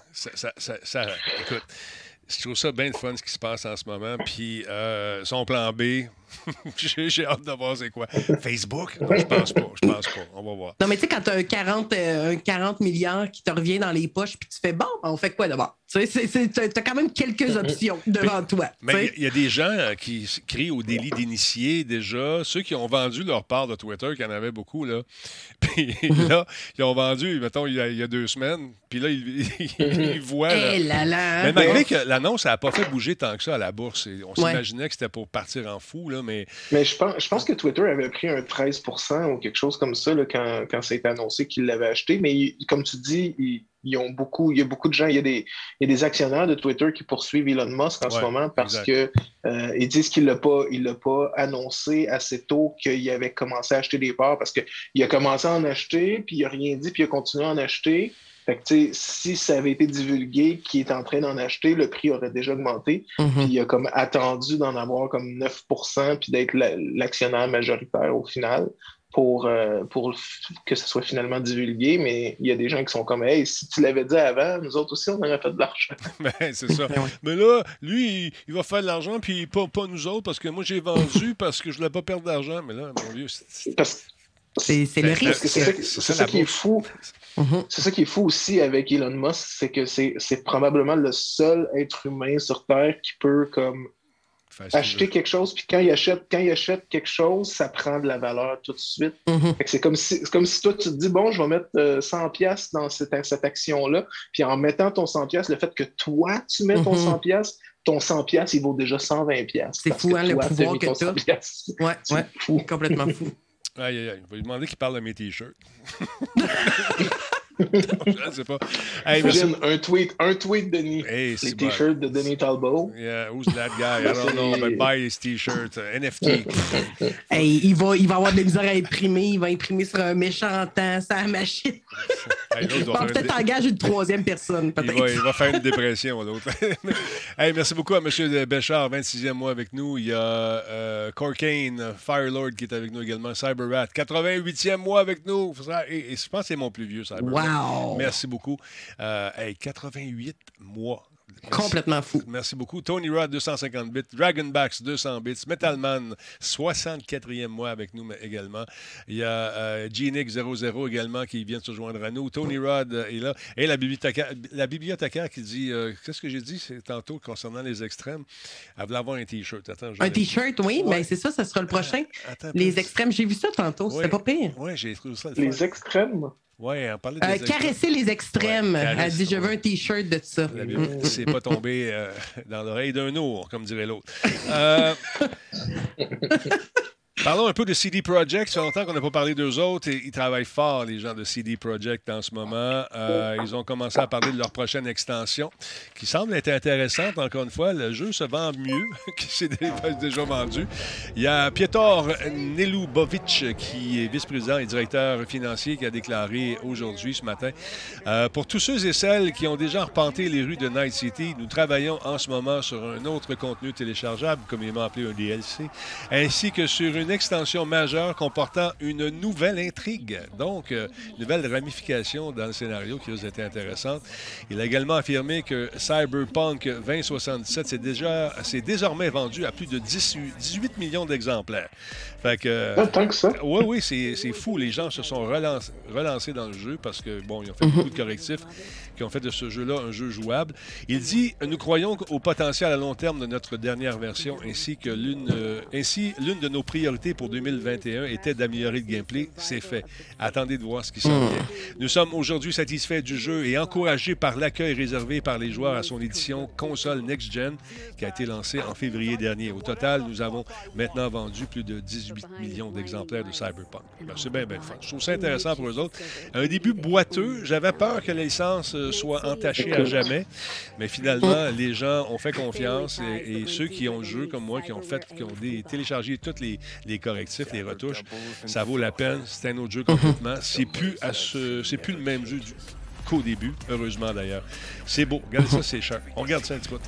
Écoute, je trouve ça bien le fun ce qui se passe en ce moment. Puis son plan B, j'ai hâte de voir c'est quoi. Facebook? Non, je pense pas. On va voir. Non, mais tu sais, quand tu as un 40 milliards qui te revient dans les poches, puis tu fais bon, on fait quoi d'abord? Tu as quand même quelques options devant toi. Mais il y a des gens qui crient au délit d'initié déjà. Ceux qui ont vendu leur part de Twitter, qu'il y en avait beaucoup, là. Puis là, ils ont vendu, mettons, il y a 2 semaines. Puis là, ils voient. Mais malgré que l'annonce n'a pas fait bouger tant que ça à la bourse. On s'imaginait que c'était pour partir en fou, là, mais je pense que Twitter avait pris un 13% ou quelque chose comme ça là, quand ça a été annoncé qu'il l'avait acheté. Mais comme tu dis, il y a beaucoup de gens, il y a des actionnaires de Twitter qui poursuivent Elon Musk en ce moment parce qu'ils disent qu'il l'a pas annoncé assez tôt qu'il avait commencé à acheter des parts parce qu'il a commencé à en acheter, puis il n'a rien dit, puis il a continué à en acheter. Fait que, si ça avait été divulgué qu'il est en train d'en acheter, le prix aurait déjà augmenté. Puis il a comme attendu d'en avoir comme 9% puis d'être l'actionnaire majoritaire au final pour que ça soit finalement divulgué. Mais il y a des gens qui sont comme « Hey, si tu l'avais dit avant, nous autres aussi, on aurait fait de l'argent. » Ben, c'est ça. Mais là, lui, il va faire de l'argent, puis pas nous autres, parce que moi, j'ai vendu parce que je ne voulais pas perdre d'argent. Mais là, mon Dieu, c'est le risque. C'est ça qui est fou. C'est ça qui est fou aussi avec Elon Musk, c'est que c'est probablement le seul être humain sur Terre qui peut comme acheter quelque chose, puis quand il achète quelque chose, ça prend de la valeur tout de suite. Fait que c'est comme si toi, tu te dis, bon, je vais mettre 100$ dans cette action-là, puis en mettant ton 100$, le fait que toi, tu mets ton 100$, ton 100$, il vaut déjà 120$. C'est fou, hein, le pouvoir que tu as. Ouais, fou. Complètement fou. Aïe. On va lui demander qu'il parle de mes t-shirts. Je ne sais pas. Hey, un tweet, Denis. Hey, les t-shirts de Denis Talbot. Yeah, who's that guy? I don't know, but buy his t-shirt. NFT. Hey, il va avoir de la misère à imprimer. Il va imprimer sur un méchant temps, sa machine. Hey, il va peut-être engager une 3e personne, peut-être. Il va faire une dépression, l'autre. Hey, merci beaucoup à M. Béchard, 26e mois avec nous. Il y a Corkane, Firelord qui est avec nous également. CyberRat, 88e mois avec nous. Et je pense que c'est mon plus vieux, CyberRat. Wow! Merci beaucoup. 88 mois. Complètement fou. Merci beaucoup. Tony Rod, 250 bits. Dragonbacks, 200 bits. Metalman, 64e mois avec nous également. Il y a Genic00 également qui vient de se joindre à nous. Tony Rod est là. Et la bibliothécaire qui dit qu'est-ce que j'ai dit tantôt concernant les extrêmes? Elle voulait avoir un T-shirt. Attends, un T-shirt, oui. Ouais. Mais c'est ça sera le prochain. Les extrêmes, j'ai vu ça tantôt. C'était pas pire. Oui, j'ai trouvé ça. Les extrêmes? Oui, on parlait des extrêmes. Caresser les extrêmes. Elle dit, je veux un T-shirt de ça. C'est pas tombé dans l'oreille d'un ours, comme dirait l'autre. Parlons un peu de CD Projekt. Ça fait longtemps qu'on n'a pas parlé d'eux autres. Ils travaillent fort, les gens de CD Projekt, en ce moment. Ils ont commencé à parler de leur prochaine extension, qui semble être intéressante. Encore une fois, le jeu se vend mieux qu'il s'est déjà vendu. Il y a Piotr Nelubovic, qui est vice-président et directeur financier, qui a déclaré aujourd'hui, ce matin, pour tous ceux et celles qui ont déjà arpenté les rues de Night City, nous travaillons en ce moment sur un autre contenu téléchargeable, communément appelé un DLC, ainsi que sur une extension majeure comportant une nouvelle intrigue, donc une nouvelle ramification dans le scénario qui a été intéressante. Il a également affirmé que Cyberpunk 2077 c'est désormais vendu à plus de 18 millions d'exemplaires. Fait que, tant que ça. Oui, c'est fou. Les gens se sont relancés dans le jeu parce que, bon, ils ont fait beaucoup de correctifs qui ont fait de ce jeu-là un jeu jouable. Il dit « Nous croyons au potentiel à long terme de notre dernière version, ainsi l'une de nos priorités pour 2021 était d'améliorer le gameplay. C'est fait. Attendez de voir ce qui s'en vient. Nous sommes aujourd'hui satisfaits du jeu et encouragés par l'accueil réservé par les joueurs à son édition console Next-Gen qui a été lancée en février dernier. Au total, nous avons maintenant vendu plus de 18 millions d'exemplaires de Cyberpunk. » C'est bien fun. Je trouve ça intéressant pour eux autres. Un début boiteux. J'avais peur que la licence soit entachée à jamais, mais finalement, les gens ont fait confiance et ceux qui ont le jeu, comme moi, qui ont téléchargé tous les correctifs, les retouches, ça vaut la peine. C'est un autre jeu complètement. C'est plus le même jeu qu'au début, heureusement d'ailleurs. C'est beau. Regardez ça, c'est cher. On regarde ça un petit peu.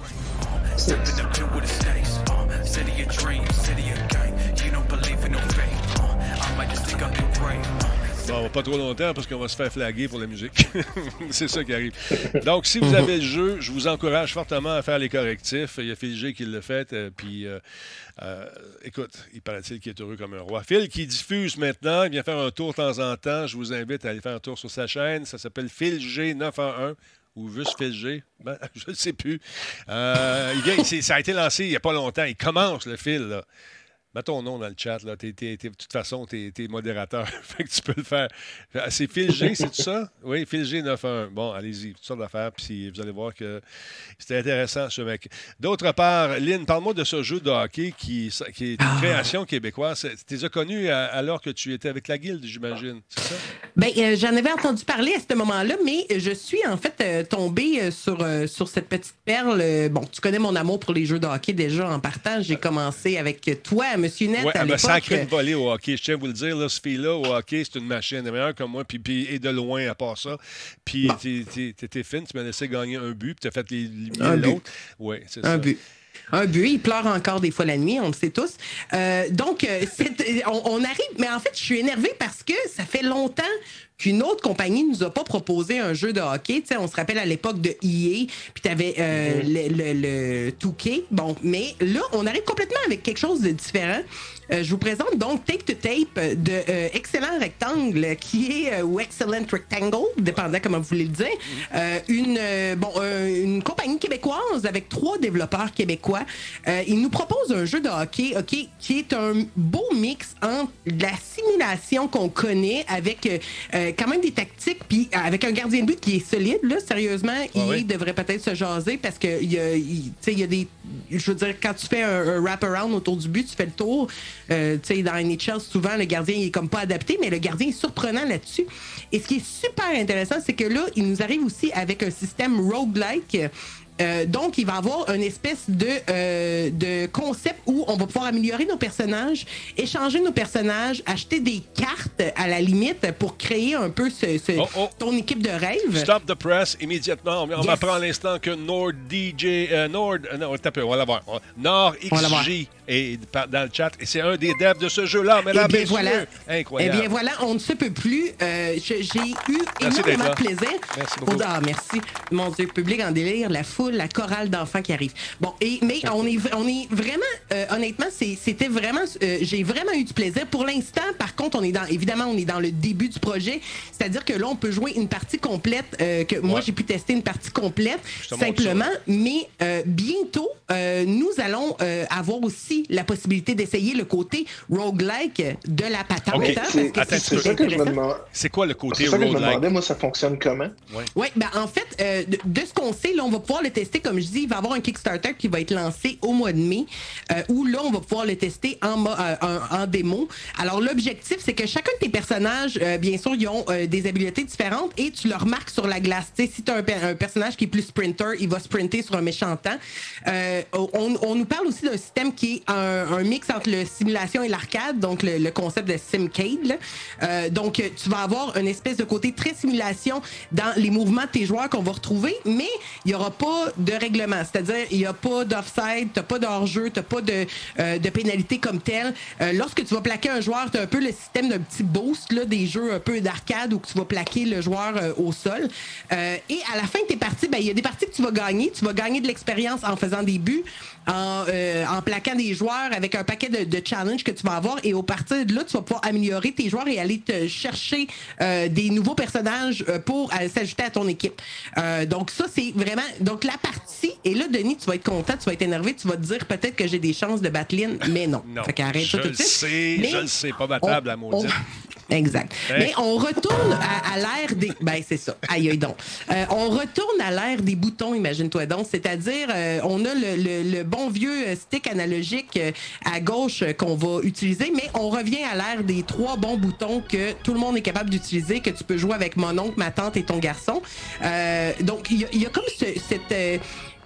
Bon, pas trop longtemps parce qu'on va se faire flaguer pour la musique. C'est ça qui arrive. Donc, si vous avez le jeu, je vous encourage fortement à faire les correctifs. Il y a Phil G qui l'a fait. Écoute, il paraît-il qu'il est heureux comme un roi. Phil qui diffuse maintenant. Il vient faire un tour de temps en temps. Je vous invite à aller faire un tour sur sa chaîne. Ça s'appelle Phil G 911 ou juste Phil G. Ben, je ne sais plus. Ça a été lancé il n'y a pas longtemps. Il commence le fil, là. Mets ton nom dans le chat. Là. De toute façon, tu es modérateur. Fait que tu peux le faire. C'est Phil G, c'est tout ça? Oui, Phil G 91. Bon, allez-y, toutes sortes d'affaires. Puis vous allez voir que c'était intéressant, ce mec. D'autre part, Lynn, parle-moi de ce jeu de hockey qui est une création québécoise. Tu les as connus alors que tu étais avec la Guilde, j'imagine. C'est ça? Bien, j'en avais entendu parler à ce moment-là, mais je suis en fait tombée sur cette petite perle. Bon, tu connais mon amour pour les jeux de hockey déjà en partant. J'ai commencé avec toi, Monsieur Net, à l'époque. Sacré une volée au hockey. Je tiens à vous le dire, là, ce fille-là, au hockey, c'est une machine. Elle est meilleure que moi, et de loin, à part ça. Puis, t'étais fine, tu m'as laissé gagner un but, puis t'as fait l'autre. Oui, c'est ça. Un but, il pleure encore des fois la nuit, on le sait tous. Donc, on arrive, mais en fait, je suis énervée parce que ça fait longtemps qu'une autre compagnie ne nous a pas proposé un jeu de hockey. Tu sais, on se rappelle à l'époque de EA, puis tu avais le 2K. Bon, mais là, on arrive complètement avec quelque chose de différent. Je vous présente donc Tape to Tape de Excellent Rectangle, qui est, ou Excellent Rectangle, dépendant comment vous voulez le dire, une compagnie québécoise avec 3 développeurs québécois. Ils nous proposent un jeu de hockey, qui est un beau mix entre la simulation qu'on connaît avec quand même des tactiques, puis avec un gardien de but qui est solide, là, sérieusement, il devrait peut-être se jaser parce que il y a des... Je veux dire, quand tu fais un wrap-around autour du but, tu fais le tour. Tu sais, dans NHL, souvent, le gardien il est comme pas adapté, mais le gardien est surprenant là-dessus. Et ce qui est super intéressant, c'est que là, il nous arrive aussi avec un système roguelike. Donc, il va y avoir une espèce de concept où on va pouvoir améliorer nos personnages, échanger nos personnages, acheter des cartes à la limite pour créer un peu ton équipe de rêve. Stop the press immédiatement. On m'apprend à l'instant que Nord XJ est dans le chat et c'est un des devs de ce jeu-là. Mesdames et messieurs, incroyable. Eh bien voilà, on ne se peut plus. J'ai eu énormément de plaisir. Merci beaucoup. Merci. Mon Dieu, public en délire, la foule, la chorale d'enfants qui arrive. Bon, mais on est vraiment, honnêtement, c'était vraiment, j'ai vraiment eu du plaisir. Pour l'instant, par contre, on est dans le début du projet, c'est-à-dire que là, on peut jouer une partie complète, moi, j'ai pu tester une partie complète, simplement, mais bientôt, nous allons avoir aussi la possibilité d'essayer le côté roguelike de la patente. Okay. C'est ça que je me demande. C'est quoi le côté roguelike? C'est ça que je me demandais, moi, ça fonctionne comment? Oui, ben en fait, de ce qu'on sait, là, on va pouvoir le tester, comme je dis, il va y avoir un Kickstarter qui va être lancé au mois de mai, où là, on va pouvoir le tester en démo. Alors, l'objectif, c'est que chacun de tes personnages, bien sûr, ils ont des habiletés différentes et tu le remarques sur la glace. Tu sais, si tu as un personnage qui est plus sprinter, il va sprinter sur un méchant temps. On nous parle aussi d'un système qui est un mix entre le simulation et l'arcade, donc le concept de Simcade. Donc, tu vas avoir une espèce de côté très simulation dans les mouvements de tes joueurs qu'on va retrouver, mais il n'y aura pas de règlement. C'est-à-dire, il n'y a pas d'offside, tu n'as pas de hors-jeu, tu n'as pas de pénalité comme telle. Lorsque tu vas plaquer un joueur, tu as un peu le système d'un petit boost, là, des jeux un peu d'arcade où tu vas plaquer le joueur au sol. Et à la fin de tes parties, il y a des parties que tu vas gagner. Tu vas gagner de l'expérience en faisant des buts, en plaquant des joueurs avec un paquet de challenges que tu vas avoir. Et au partir de là, tu vas pouvoir améliorer tes joueurs et aller te chercher des nouveaux personnages pour s'ajouter à ton équipe. Donc ça, c'est vraiment... Donc la partie... Et là, Denis, tu vas être content, tu vas être énervé, tu vas te dire peut-être que j'ai des chances de battre Lynn, mais non. Non, Fait qu'arrête ça tout de suite. Je le sais, pas battable, la maudite. Exact. Hey. Mais on retourne à l'ère des... Ben, c'est ça. Aïe, aïe donc. On retourne à l'ère des boutons, imagine-toi donc. C'est-à-dire, on a le bon vieux stick analogique à gauche qu'on va utiliser, mais on revient à l'ère des 3 bons boutons que tout le monde est capable d'utiliser, que tu peux jouer avec mon oncle, ma tante et ton garçon. Donc, il y a comme cette...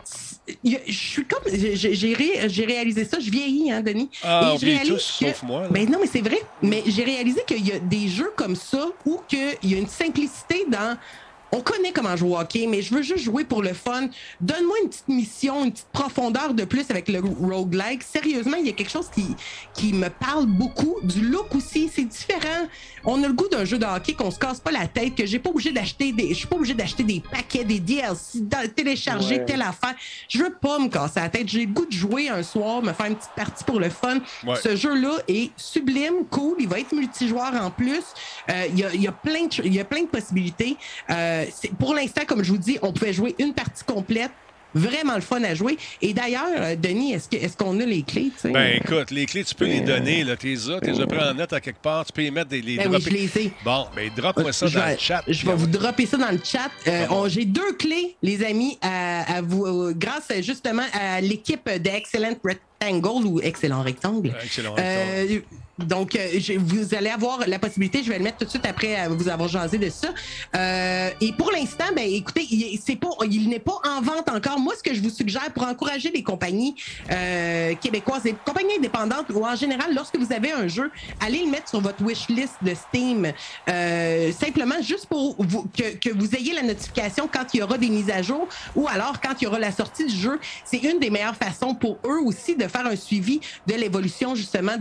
je suis comme j'ai réalisé ça, je vieillis, hein, Denis. Ah, et je réalise tous, sauf moi. Là. Ben non, mais c'est vrai. Mais j'ai réalisé qu'il y a des jeux comme ça où qu'il y a une simplicité dans... On connaît comment jouer au hockey, mais je veux juste jouer pour le fun. Donne-moi une petite mission, une petite profondeur de plus avec le roguelike. Sérieusement, il y a quelque chose qui me parle beaucoup. Du look aussi, c'est différent. On a le goût d'un jeu de hockey qu'on se casse pas la tête, que je suis pas obligé d'acheter des paquets, des DLC, télécharger telle affaire. Je veux pas me casser la tête. J'ai le goût de jouer un soir, me faire une petite partie pour le fun. Ouais. Ce jeu-là est sublime, cool. Il va être multijoueur en plus. Il y a plein de possibilités. Pour l'instant, comme je vous dis, on pouvait jouer une partie complète. Vraiment le fun à jouer. Et d'ailleurs, Denis, est-ce qu'on a les clés? T'sais? Ben écoute, les clés, tu peux les donner. Tu les as pris en note à quelque part. Tu peux les mettre les ben oui, je les ai. Bon, ben drop-moi ça dans le chat. Je vais vous dropper ça dans le chat. J'ai 2 clés, les amis, à vous, grâce justement à l'équipe d'Excellent Rectangle ou Excellent Rectangle. Excellent Rectangle. Donc, vous allez avoir la possibilité, je vais le mettre tout de suite après vous avoir jasé de ça. Et pour l'instant, ben écoutez, il n'est pas en vente encore. Moi, ce que je vous suggère pour encourager les compagnies québécoises, les compagnies indépendantes ou en général, lorsque vous avez un jeu, allez le mettre sur votre wishlist de Steam. Simplement juste pour que vous ayez la notification quand il y aura des mises à jour ou alors quand il y aura la sortie du jeu. C'est une des meilleures façons pour eux aussi de faire un suivi de l'évolution justement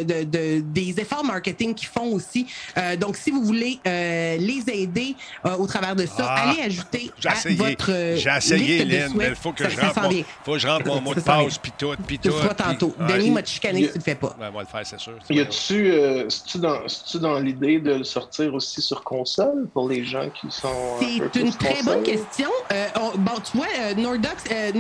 des efforts marketing qu'ils font aussi. Donc, si vous voulez les aider au travers de ça, allez ajouter à votre J'ai essayé, liste Lynn, de mais il faut que je rentre mon mot de passe, puis tout. Tu le feras tantôt. Denis m'a chicané si tu le fais pas. Ben, moi, le faire, c'est sûr. Es-tu dans l'idée de le sortir aussi sur console pour les gens qui sont... C'est une très bonne question. Bon, tu vois, NordXG,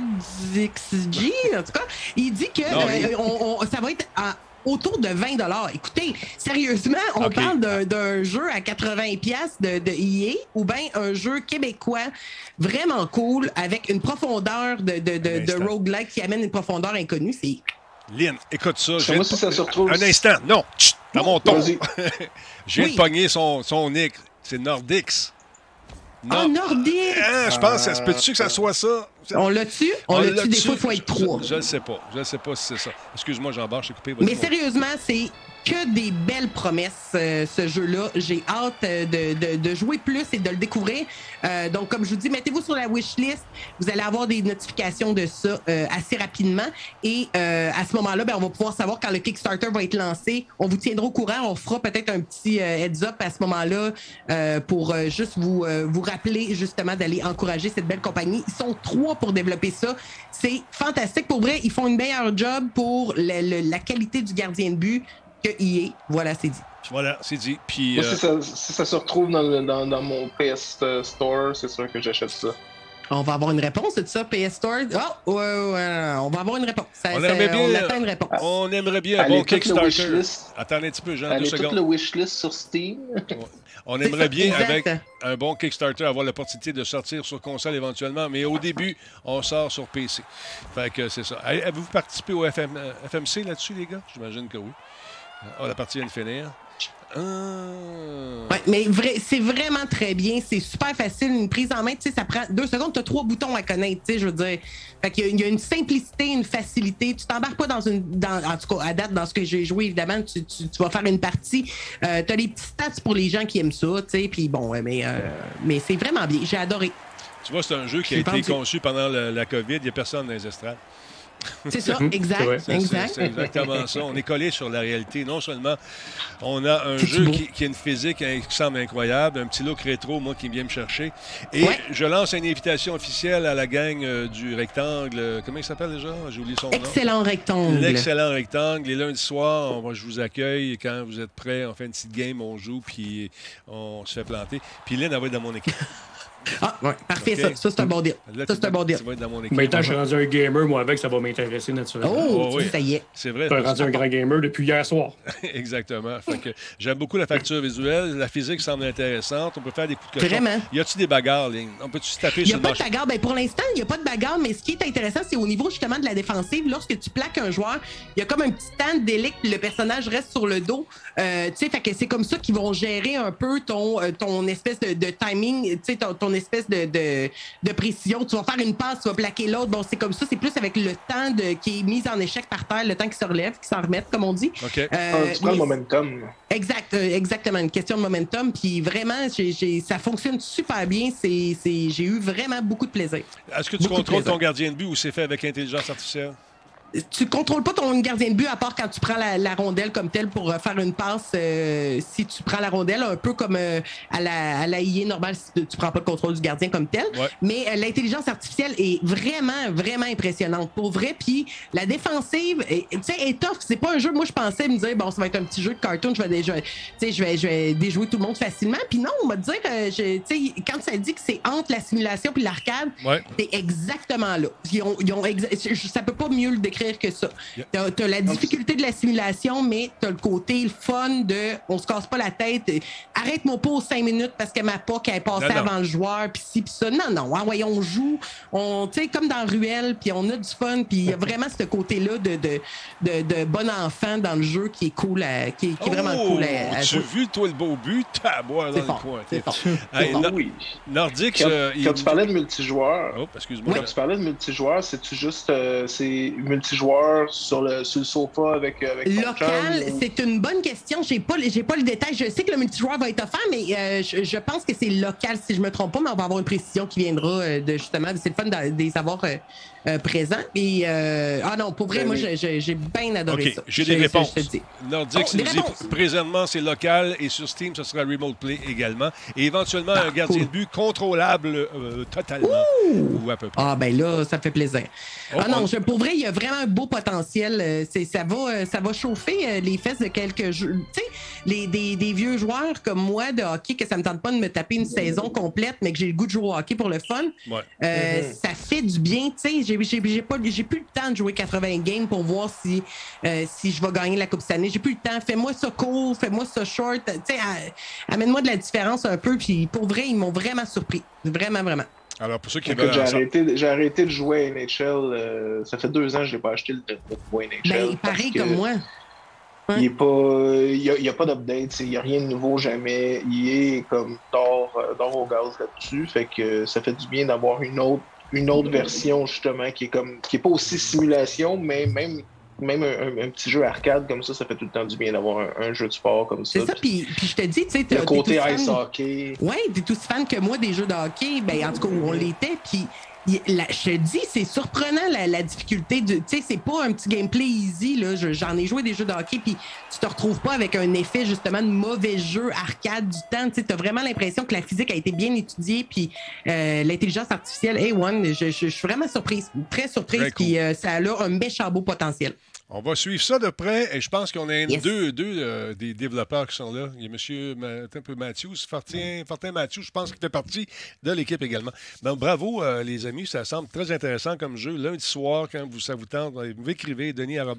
en tout cas, il dit que ça va être autour de 20 $. Écoutez, sérieusement, on parle d'un jeu à 80$ de EA ou bien un jeu québécois vraiment cool avec une profondeur de roguelike qui amène une profondeur inconnue. C'est... Lynn, écoute ça. Moi, si ça se retrouve... Un instant. Non. Chut, dans mon ton. Je viens Oui. de pogner son nick. C'est Nordix. Ah, Nordix! Je pense, ça se peut-tu que ça soit ça? On l'a-tu? On l'a-tu? Des fois, il faut être 3. Je ne sais pas. Je ne sais pas si c'est ça. Excuse-moi, Jean-Bart, j'ai coupé. Mais sérieusement, c'est que des belles promesses, ce jeu-là. J'ai hâte de jouer plus et de le découvrir. Donc, comme je vous dis, mettez-vous sur la wishlist. Vous allez avoir des notifications de ça assez rapidement. Et à ce moment-là, on va pouvoir savoir quand le Kickstarter va être lancé. On vous tiendra au courant. On fera peut-être un petit heads-up à ce moment-là pour juste vous rappeler justement d'aller encourager cette belle compagnie. Ils sont 3 pour développer ça. C'est fantastique. Pour vrai, ils font une meilleure job pour la qualité du gardien de but que EA. Voilà, c'est dit. Voilà, c'est dit. Puis, moi, si ça se retrouve dans mon PS Store, c'est sûr que j'achète ça. On va avoir une réponse de ça, PS Store. Oh, ouais, on va avoir une réponse. On attend une réponse. On aimerait bien un bon Kickstarter. Attendez un petit peu, Jean, 2 secondes. Allez, tout le wishlist sur Steam. On aimerait bien, avec un bon Kickstarter, avoir l'opportunité de sortir sur console éventuellement, mais au début, on sort sur PC. Fait que c'est ça. Avez-vous participé au FMC là-dessus, les gars? J'imagine que oui. La partie vient de finir. Ouais, mais c'est vraiment très bien. C'est super facile. Une prise en main, tu sais, ça prend 2 secondes. Tu as 3 boutons à connaître, tu sais, je veux dire. Fait qu'il y a une simplicité, une facilité. Tu t'embarques pas en tout cas, à date, dans ce que j'ai joué, évidemment, tu vas faire une partie. Tu as des petits stats pour les gens qui aiment ça, tu sais, puis bon, mais c'est vraiment bien. J'ai adoré. Tu vois, c'est un jeu qui a été conçu pendant la COVID. Il n'y a personne dans les estrades. C'est ça, exact. C'est exactement ça. On est collé sur la réalité. Non seulement on a un jeu qui a une physique qui semble incroyable, un petit look rétro, moi, qui vient me chercher. Et je lance une invitation officielle à la gang du Rectangle. Comment il s'appelle déjà? J'ai oublié son nom. Excellent Rectangle. L'excellent Rectangle. Les lundis soirs, je vous accueille. Et quand vous êtes prêts, on fait une petite game, on joue, puis on se fait planter. Puis Lynn, elle va être dans mon équipe. Ah, ouais, parfait, okay. Ça c'est un bon deal. Là, ça, c'est un bon deal. Maintenant, je suis rendu un gamer, moi, avec, ça va m'intéresser naturellement. Oh, oui. Ça y est. C'est vrai. Je suis rendu un grand gamer depuis hier soir. Exactement. Fait que j'aime beaucoup la facture visuelle. La physique semble intéressante. On peut faire des coups de cochon. Vraiment. Y a-tu des bagarres, Lynn? On peut-tu se taper sur le manche? Il n'y a pas de bagarre. Ben, pour l'instant, il n'y a pas de bagarre, mais ce qui est intéressant, c'est au niveau justement de la défensive. Lorsque tu plaques un joueur, il y a comme un petit stand d'élite, le personnage reste sur le dos. Tu sais, fait que c'est comme ça qu'ils vont gérer un peu ton espèce de timing, tu sais, ton espèce de précision. Tu vas faire une passe, tu vas plaquer l'autre. Bon, c'est comme ça. C'est plus avec le temps qui est mis en échec par terre, le temps qui se relève, qui s'en remette, comme on dit. OK. Tu prends le momentum. Exactement. Une question de momentum. Puis vraiment, ça fonctionne super bien. J'ai eu vraiment beaucoup de plaisir. Est-ce que tu contrôles ton gardien de but ou c'est fait avec intelligence artificielle? Tu contrôles pas ton gardien de but à part quand tu prends la rondelle comme telle pour faire une passe. Si tu prends la rondelle, un peu comme à la IA normale, si tu prends pas le contrôle du gardien comme tel. Ouais. Mais l'intelligence artificielle est vraiment, vraiment impressionnante. Pour vrai, puis la défensive, tu sais, est tough. C'est pas un jeu, moi, je pensais me dire, bon, ça va être un petit jeu de cartoon, je vais déjouer tout le monde facilement. Puis non, on va te dire, tu sais, quand ça dit que c'est entre la simulation puis l'arcade, c'est exactement là. Ça peut pas mieux le décrire que ça. T'as la difficulté de la simulation, mais t'as le côté le fun de on se casse pas la tête. Arrête-moi pas aux 5 minutes parce que ma POC est passée avant le joueur, puis ci, puis ça. Non. On joue, tu sais, comme dans Ruelle, puis on a du fun, puis il y a vraiment ce côté-là de bon enfant dans le jeu qui est cool, qui est vraiment cool à jouer. Tu as vu, toi, le beau but? T'as à boire dans le coin. C'est fort. Oui. Nordique, quand tu parlais de multijoueur, excuse-moi. Quand tu parlais de multijoueur, c'est-tu juste c'est multijoueur sur le sofa avec local, c'est une bonne question. J'ai pas le détail. Je sais que le multijoueur va être offert, mais je pense que c'est local, si je me trompe pas, mais on va avoir une précision qui viendra de justement. C'est le fun de les avoir présents. Et non, pour vrai, moi, j'ai bien adoré ça. J'ai des réponses. Nordique, c'est dit présentement, c'est local et sur Steam, ce sera Remote Play également. Et éventuellement, un gardien de but contrôlable totalement. Ou à peu près. Ah, ben là, ça me fait plaisir. Pour vrai, il y a vraiment un beau potentiel. Ça va chauffer les fesses de quelques jeux. Tu sais, des vieux joueurs comme moi de hockey, que ça me tente pas de me taper une saison complète, mais que j'ai le goût de jouer au hockey pour le fun. Ça fait du bien. Tu sais, j'ai plus le temps de jouer 80 games pour voir si je vais gagner la Coupe cette année. J'ai plus le temps. Fais-moi ça court, fais-moi ça short. Tu sais, amène-moi de la différence un peu. Puis pour vrai, ils m'ont vraiment surpris. Vraiment, vraiment. Alors, pour ceux qui j'ai arrêté de jouer à NHL. Ça fait 2 ans que je n'ai pas acheté le nouveau NHL. Ben, pareil comme moi. Il n'y a pas d'update, il n'y a rien de nouveau jamais. Il est comme d'or au gaz là-dessus. Fait que ça fait du bien d'avoir une autre version, justement, qui est pas aussi simulation, mais même un petit jeu arcade comme ça fait tout le temps du bien d'avoir un jeu de sport comme ça. C'est ça, puis je te dis, tu sais, le côté ice hockey. Oui, t'es tous fan que moi des jeux de hockey, ben en tout cas, on l'était, puis je te dis, c'est surprenant la difficulté. Tu sais, c'est pas un petit gameplay easy. Là. J'en ai joué des jeux de hockey, puis tu te retrouves pas avec un effet, justement, de mauvais jeu arcade du temps. Tu as vraiment l'impression que la physique a été bien étudiée, puis l'intelligence artificielle, je suis vraiment surprise, très surprise, puis ça a un méchant beau potentiel. On va suivre ça de près et je pense qu'on a deux des développeurs qui sont là. Il y a M. Matthews, Fortin Matthews, je pense qu'il fait partie de l'équipe également. Donc, bravo, les amis. Ça semble très intéressant comme jeu. Lundi soir, quand ça vous tente, vous écrivez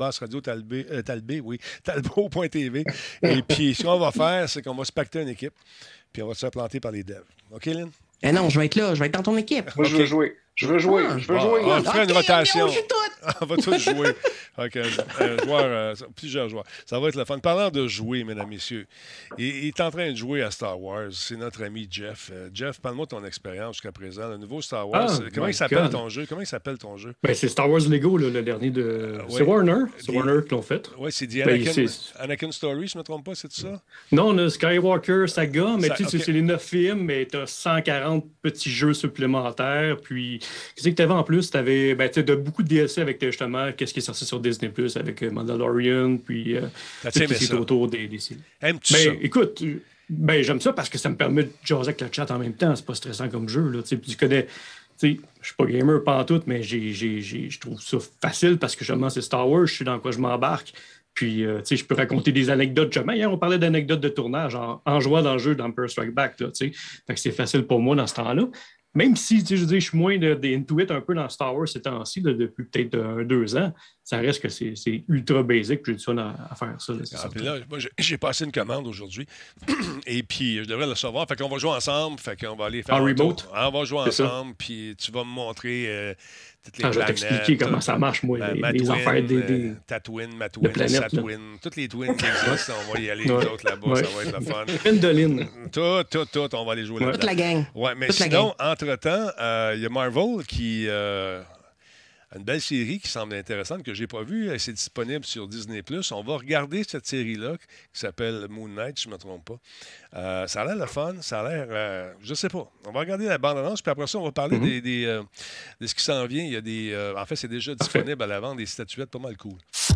Talbot.tv. Et puis, ce qu'on va faire, c'est qu'on va se pacter une équipe puis on va se faire planter par les devs. OK, Lynn? Non, je vais être là. Je vais être dans ton équipe. Moi, je veux jouer. Je veux jouer. Ah. Je veux jouer. On ferait une rotation. On joue tout. On va tous jouer. OK, plusieurs joueurs. Ça va être le fun. Parlant de jouer, mesdames, messieurs, il est en train de jouer à Star Wars. C'est notre ami Jeff. Jeff, parle-moi de ton expérience jusqu'à présent. Le nouveau Star Wars. Comment il s'appelle ton jeu? Ben, c'est Star Wars Lego, là, le dernier de... C'est Warner. C'est Warner qui l'ont fait. Oui, c'est The Anakin Story, je ne me trompe pas, c'est tout ça? Non, on a Skywalker Saga, mais tu sais, OK. c'est les 9 films, mais tu as 140 petits jeux supplémentaires. Puis, qu'est-ce que tu avais en plus? Tu avais beaucoup de DLC avec justement qu'est-ce qui est sorti sur Disney Plus avec Mandalorian, puis tout ce qui est autour des séries. Aimes-tu ça? Écoute, j'aime ça parce que ça me permet de jaser avec le chat en même temps. C'est pas stressant comme jeu. Là, puis tu connais. Je suis pas gamer pantoute, mais je trouve ça facile parce que justement, c'est Star Wars, je sais dans quoi je m'embarque. Puis, je peux raconter des anecdotes. Justement, hier, on parlait d'anecdotes de tournage en jouant dans le jeu d'Empire Strike Back. Là, fait que c'est facile pour moi dans ce temps-là. Même si, je suis moins d'intuit un peu dans Star Wars ces temps-ci, depuis peut-être 2 ans, ça reste que c'est ultra basic, puis j'ai du fun à faire ça. Là, moi, j'ai passé une commande aujourd'hui, et puis je devrais le savoir. Fait qu'on va jouer ensemble, fait qu'on va aller faire en remote. On va jouer ensemble, puis tu vas me montrer toutes les planètes. Je vais t'expliquer comment ça marche, moi, les affaires des Tatooine, Satooine, toutes les twins qui existent, on va y aller, nous autres, là-bas, ça va être le fun. Pendoline. Tout, on va aller jouer là-dedans. Toute la gang. Ouais, mais Toute sinon, entre-temps, il y a Marvel qui a une belle série qui semble intéressante, que je n'ai pas vue. C'est disponible sur Disney+. On va regarder cette série-là qui s'appelle Moon Knight, si je ne me trompe pas. Ça a l'air le fun, ça a l'air... je sais pas. On va regarder la bande-annonce, puis après ça, on va parler de ce qui s'en vient. Il y a des... en fait, c'est déjà disponible à la vente, des statuettes pas mal cool.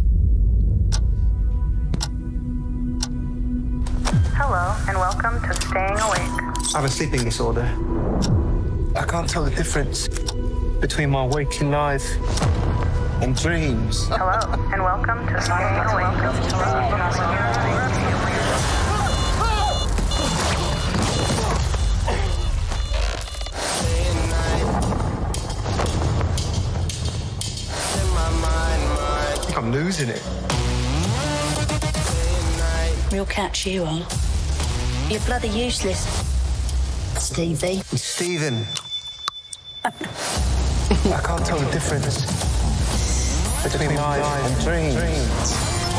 Hello, and welcome to Staying Awake. I have a sleeping disorder. I can't tell the difference between my waking life and dreams. Hello, and welcome to Staying Awake. I think I'm losing it. We'll catch you on. You're bloody useless, Stevie. Stephen. I can't tell the difference between life and dreams.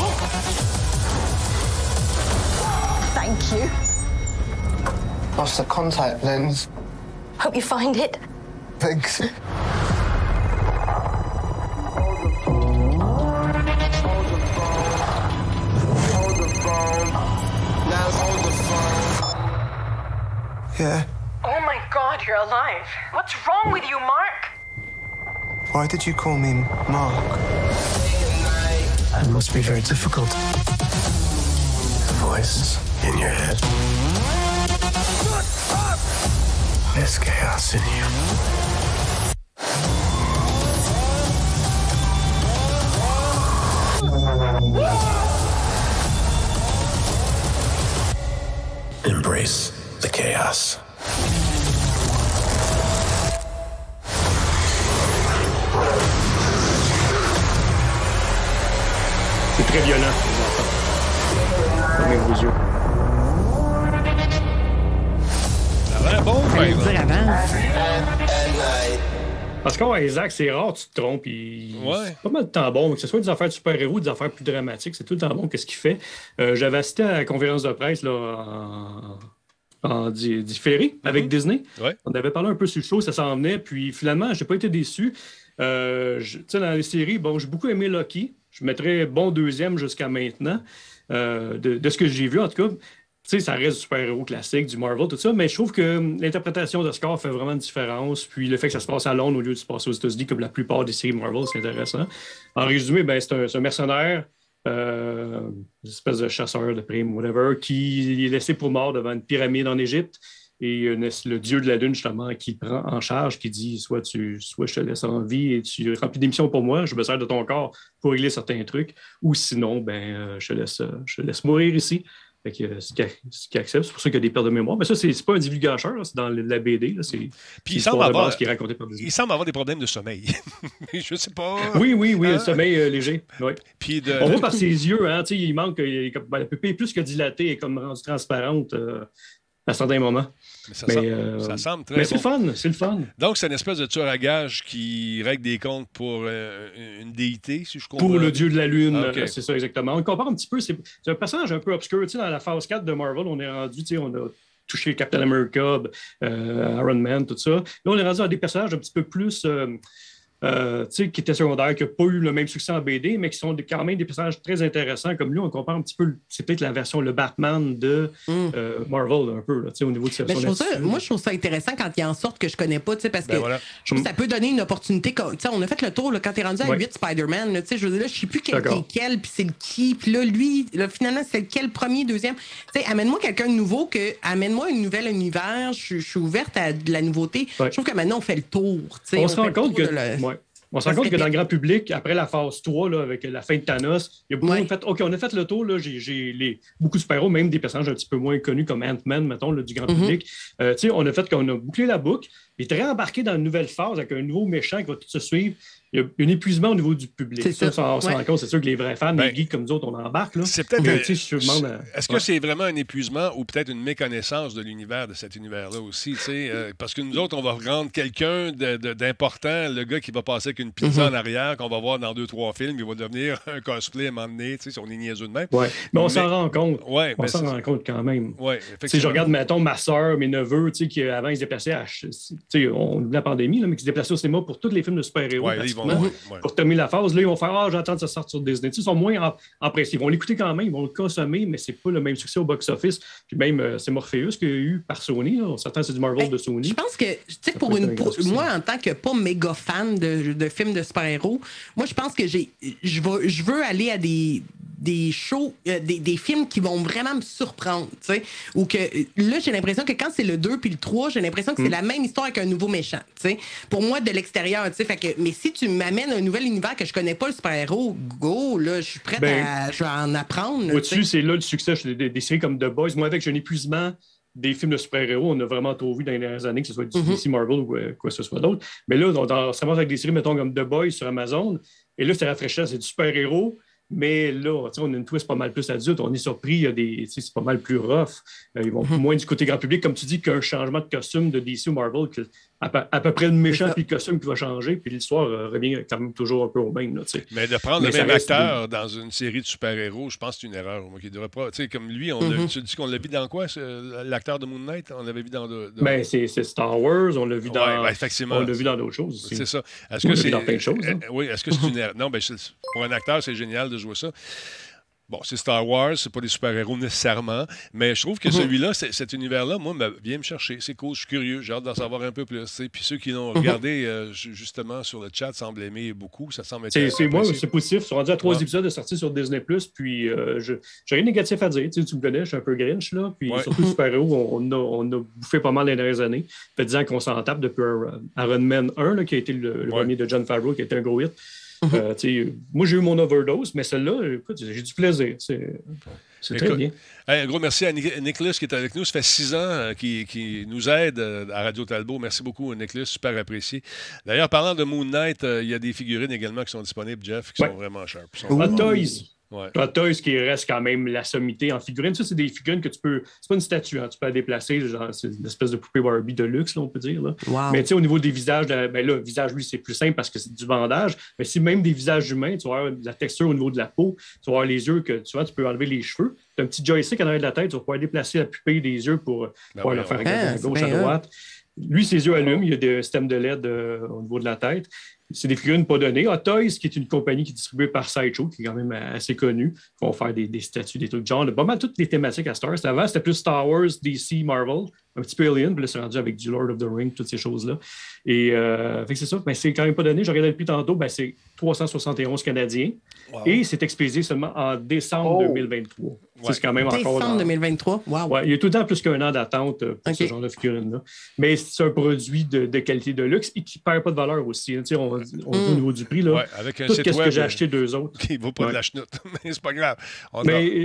Thank you. Lost the contact lens. Hope you find it. Thanks. Yeah. Oh my god, you're alive. What's wrong with you, Mark? Why did you call me Mark? It must be very difficult. The voice in your head. There's chaos in you. Embrace the chaos. C'est très violent. Fermez vos yeux. Ça a l'air bon, Fallait le dire avant. Parce que Isaac, c'est rare, tu te trompes. C'est pas mal de temps bon, que ce soit des affaires de super-héros, des affaires plus dramatiques, c'est tout le temps bon qu'est-ce qu'il fait. J'avais assisté à la conférence de presse là, en différé avec Disney. Ouais. On avait parlé un peu sur le show, ça s'en venait, puis finalement, j'ai pas été déçu. Tu sais, dans les séries, bon, j'ai beaucoup aimé Loki. Je mettrais bon 2e jusqu'à maintenant. De ce que j'ai vu, en tout cas, tu sais, ça reste du super-héros classique, du Marvel, tout ça, mais je trouve que l'interprétation de Scar fait vraiment une différence. Puis le fait que ça se passe à Londres au lieu de se passer aux États-Unis, comme la plupart des séries Marvel, c'est intéressant. En résumé, ben, c'est un mercenaire, une espèce de chasseur de primes, whatever, qui est laissé pour mort devant une pyramide en Égypte. Et le dieu de la Lune, justement, qui prend en charge, qui dit soit je te laisse en vie et tu remplis des missions pour moi, je me sers de ton corps pour régler certains trucs, ou sinon, ben, je te laisse mourir ici. Fait que, ce qu'il accepte, c'est pour ça qu'il y a des pertes de mémoire. Mais ça, c'est pas un divulgateur, c'est dans la BD. Là, c'est Puis il semble avoir, qui est raconté par il semble avoir des problèmes de sommeil. Je sais pas. Oui, le sommeil léger. Ouais. Puis on voit par ses yeux, hein, il manque, la pupille plus que dilatée, est comme rendue transparente. à certains moments. Mais ça, Mais, ça semble très Mais bon. c'est le fun. Donc, c'est une espèce de tueur à gage qui règle des comptes pour une déité, si je comprends. Pour le dieu de la Lune, Ah, ok. c'est ça exactement. On compare un petit peu, c'est un personnage un peu obscur. Tu sais, dans la phase 4 de Marvel, on est rendu, tu sais, on a touché Captain America, Iron Man, tout ça. Là, on est rendu à des personnages un petit peu plus... tu sais, qui étaient secondaires, qui n'ont pas eu le même succès en BD, mais qui sont quand même des personnages très intéressants. Comme lui, on compare un petit peu, c'est peut-être la version, le Batman de Marvel, un peu, là, tu sais, au niveau de son attitude. Moi, je trouve ça intéressant quand il y en sorte que je connais pas, tu sais, parce que voilà. je trouve que ça peut donner une opportunité. Tu sais, on a fait le tour, là, quand t'es rendu à 8 Spider-Man, là, tu sais, je veux dire, là, je sais plus quel qui est quel, puis c'est le qui, puis là, lui, là, finalement, c'est lequel premier, deuxième. Tu sais, amène-moi quelqu'un de nouveau, amène-moi un nouvel univers, je suis ouverte à de la nouveauté. Je trouve que maintenant, on fait le tour, tu sais. On se rend compte que... On se rend compte que dans le grand public, après la phase 3, là, avec la fin de Thanos, il y a beaucoup de fait, OK, on a fait le tour, là, j'ai beaucoup de super-héros, même des personnages un petit peu moins connus comme Ant-Man, mettons, là, du grand public. Tu sais, on a fait qu'on a bouclé la boucle, puis très embarqué dans une nouvelle phase avec un nouveau méchant qui va tout se suivre. Il y a un épuisement au niveau du public. C'est ça. On se rend compte, c'est sûr que les vrais fans, les geeks comme nous autres, on embarque. Là. C'est peut-être. Est-ce que c'est vraiment un épuisement ou peut-être une méconnaissance de l'univers, de cet univers-là aussi? Parce que nous autres, on va rendre quelqu'un d'important, le gars qui va passer avec une pizza en arrière, qu'on va voir dans 2-3 films, il va devenir un cosplay à un moment donné, si on est niaiseux de même. Oui, mais on s'en rend compte. Ouais, on s'en rend compte quand même. Ouais, si je regarde, mettons, ma soeur, mes neveux, qui avant, ils se déplaçaient on oublie la pandémie, là, mais qui se déplaçaient au cinéma pour tous les films de super-héros. Pour terminer la phase, là, ils vont faire j'attends que ça sorte sur Disney. Ils sont moins empressés. Ils vont l'écouter quand même, ils vont le consommer, mais c'est pas le même succès au box-office. Puis même, c'est Morpheus qu'il y a eu par Sony. Là. On s'attend que c'est du Marvel de Sony. Je pense que, tu sais, moi, en tant que pas méga fan de films de super-héros, moi, je pense que je veux aller à des shows, des films qui vont vraiment me surprendre, tu sais, ou que là, j'ai l'impression que quand c'est le 2 puis le 3, j'ai l'impression que c'est la même histoire avec un nouveau méchant, tu sais, pour moi, de l'extérieur, tu sais, mais si tu m'amènes un nouvel univers que je connais pas, le super-héros, go, là, je suis prête je vais en apprendre. Au-dessus, c'est là le succès des séries comme The Boys. Moi, avec un épuisement des films de super-héros, on a vraiment trop vu dans les dernières années, que ce soit DC, Marvel ou quoi que ce soit d'autre. Mais là, on se ramasse avec des séries, mettons, comme The Boys sur Amazon, et là, c'est rafraîchissant, c'est du super-héros. Mais là, on a une twist pas mal plus adulte. On est surpris, c'est pas mal plus rough. Ils vont moins du côté grand public, comme tu dis, qu'un changement de costume de DC ou Marvel, à peu près le méchant puis le costume qui va changer, puis l'histoire revient quand même toujours un peu au même. Là, mais de prendre le même acteur dans une série de super-héros, je pense que c'est une erreur. Moi, qui devrait pas, comme lui, tu dis qu'on l'a vu dans quoi, l'acteur de Moon Knight? On l'avait vu dans... Ben, c'est Star Wars, on l'a vu dans... effectivement. On l'a vu dans d'autres choses aussi. C'est ça. Est-ce que c'est dans plein de choses? Oui, est-ce que c'est une erreur? Non, ben, pour un acteur, c'est génial de jouer ça. Bon, c'est Star Wars, c'est pas des super-héros nécessairement, mais je trouve que celui-là, cet univers-là, moi, vient me chercher. C'est cool, je suis curieux, j'ai hâte d'en savoir un peu plus. T'sais. Puis ceux qui l'ont regardé, justement, sur le chat, semblent aimer beaucoup. Ça semble être... Moi, c'est positif. Ils sont rendus à 3 épisodes de sortie sur Disney+, puis j'ai rien de négatif à dire. Tu me connais, je suis un peu Grinch, là. Puis surtout, super-héros, on a bouffé pas mal les dernières années. Ça fait 10 ans qu'on s'en tape depuis Iron Man 1, là, qui a été le premier de Jon Favreau, qui a été un gros hit. Moi, j'ai eu mon overdose, mais celle-là, écoute, j'ai du plaisir. C'est très bien. Un gros merci à Nicholas qui est avec nous. Ça fait 6 ans qu'il nous aide à Radio Talbot. Merci beaucoup, Nicholas. Super apprécié. D'ailleurs, parlant de Moon Knight, il y a des figurines également qui sont disponibles, Jeff, qui sont vraiment chères. Toys. Toys qui reste quand même la sommité en figurines. Ça, c'est des figurines que tu peux... C'est pas une statue, tu peux la déplacer. Genre, c'est une espèce de poupée Barbie de luxe, là, on peut dire. Là. Wow. Mais tu sais, au niveau des visages, le visage, lui, c'est plus simple parce que c'est du bandage. Mais si même des visages humains, tu vas avoir la texture au niveau de la peau, tu vas avoir les yeux que tu vois, tu peux enlever les cheveux. Tu as un petit joystick en arrière de la tête, tu vas pouvoir déplacer la pupille des yeux pour pouvoir le faire à gauche, à droite. Lui, ses yeux allument. Il y a des systèmes de LED au niveau de la tête. C'est des figurines pas données. Toys, qui est une compagnie qui est distribuée par Sideshow, qui est quand même assez connue, qui vont faire des statues, des trucs de genre. Pas mal toutes les thématiques à Star Wars. Avant, c'était plus Star Wars, DC, Marvel, un petit peu Alien, puis là, c'est rendu avec du Lord of the Rings, toutes ces choses-là. Et fait que c'est ça. Mais c'est quand même pas donné. J'ai regardé le prix tantôt, c'est 371 Canadiens. Wow. Et c'est expédié seulement en décembre 2023. Ouais. C'est quand même encore... Décembre 2023? Wow. Ouais, il y a tout le temps plus qu'un an d'attente pour ce genre de figurine-là. Mais c'est un produit de qualité de luxe et qui ne perd pas de valeur aussi. On dit au niveau du prix. Là, ouais, avec un tout site ce web que j'ai acheté 2 autres. qui ne vaut pas de la chenoute, mais c'est pas grave.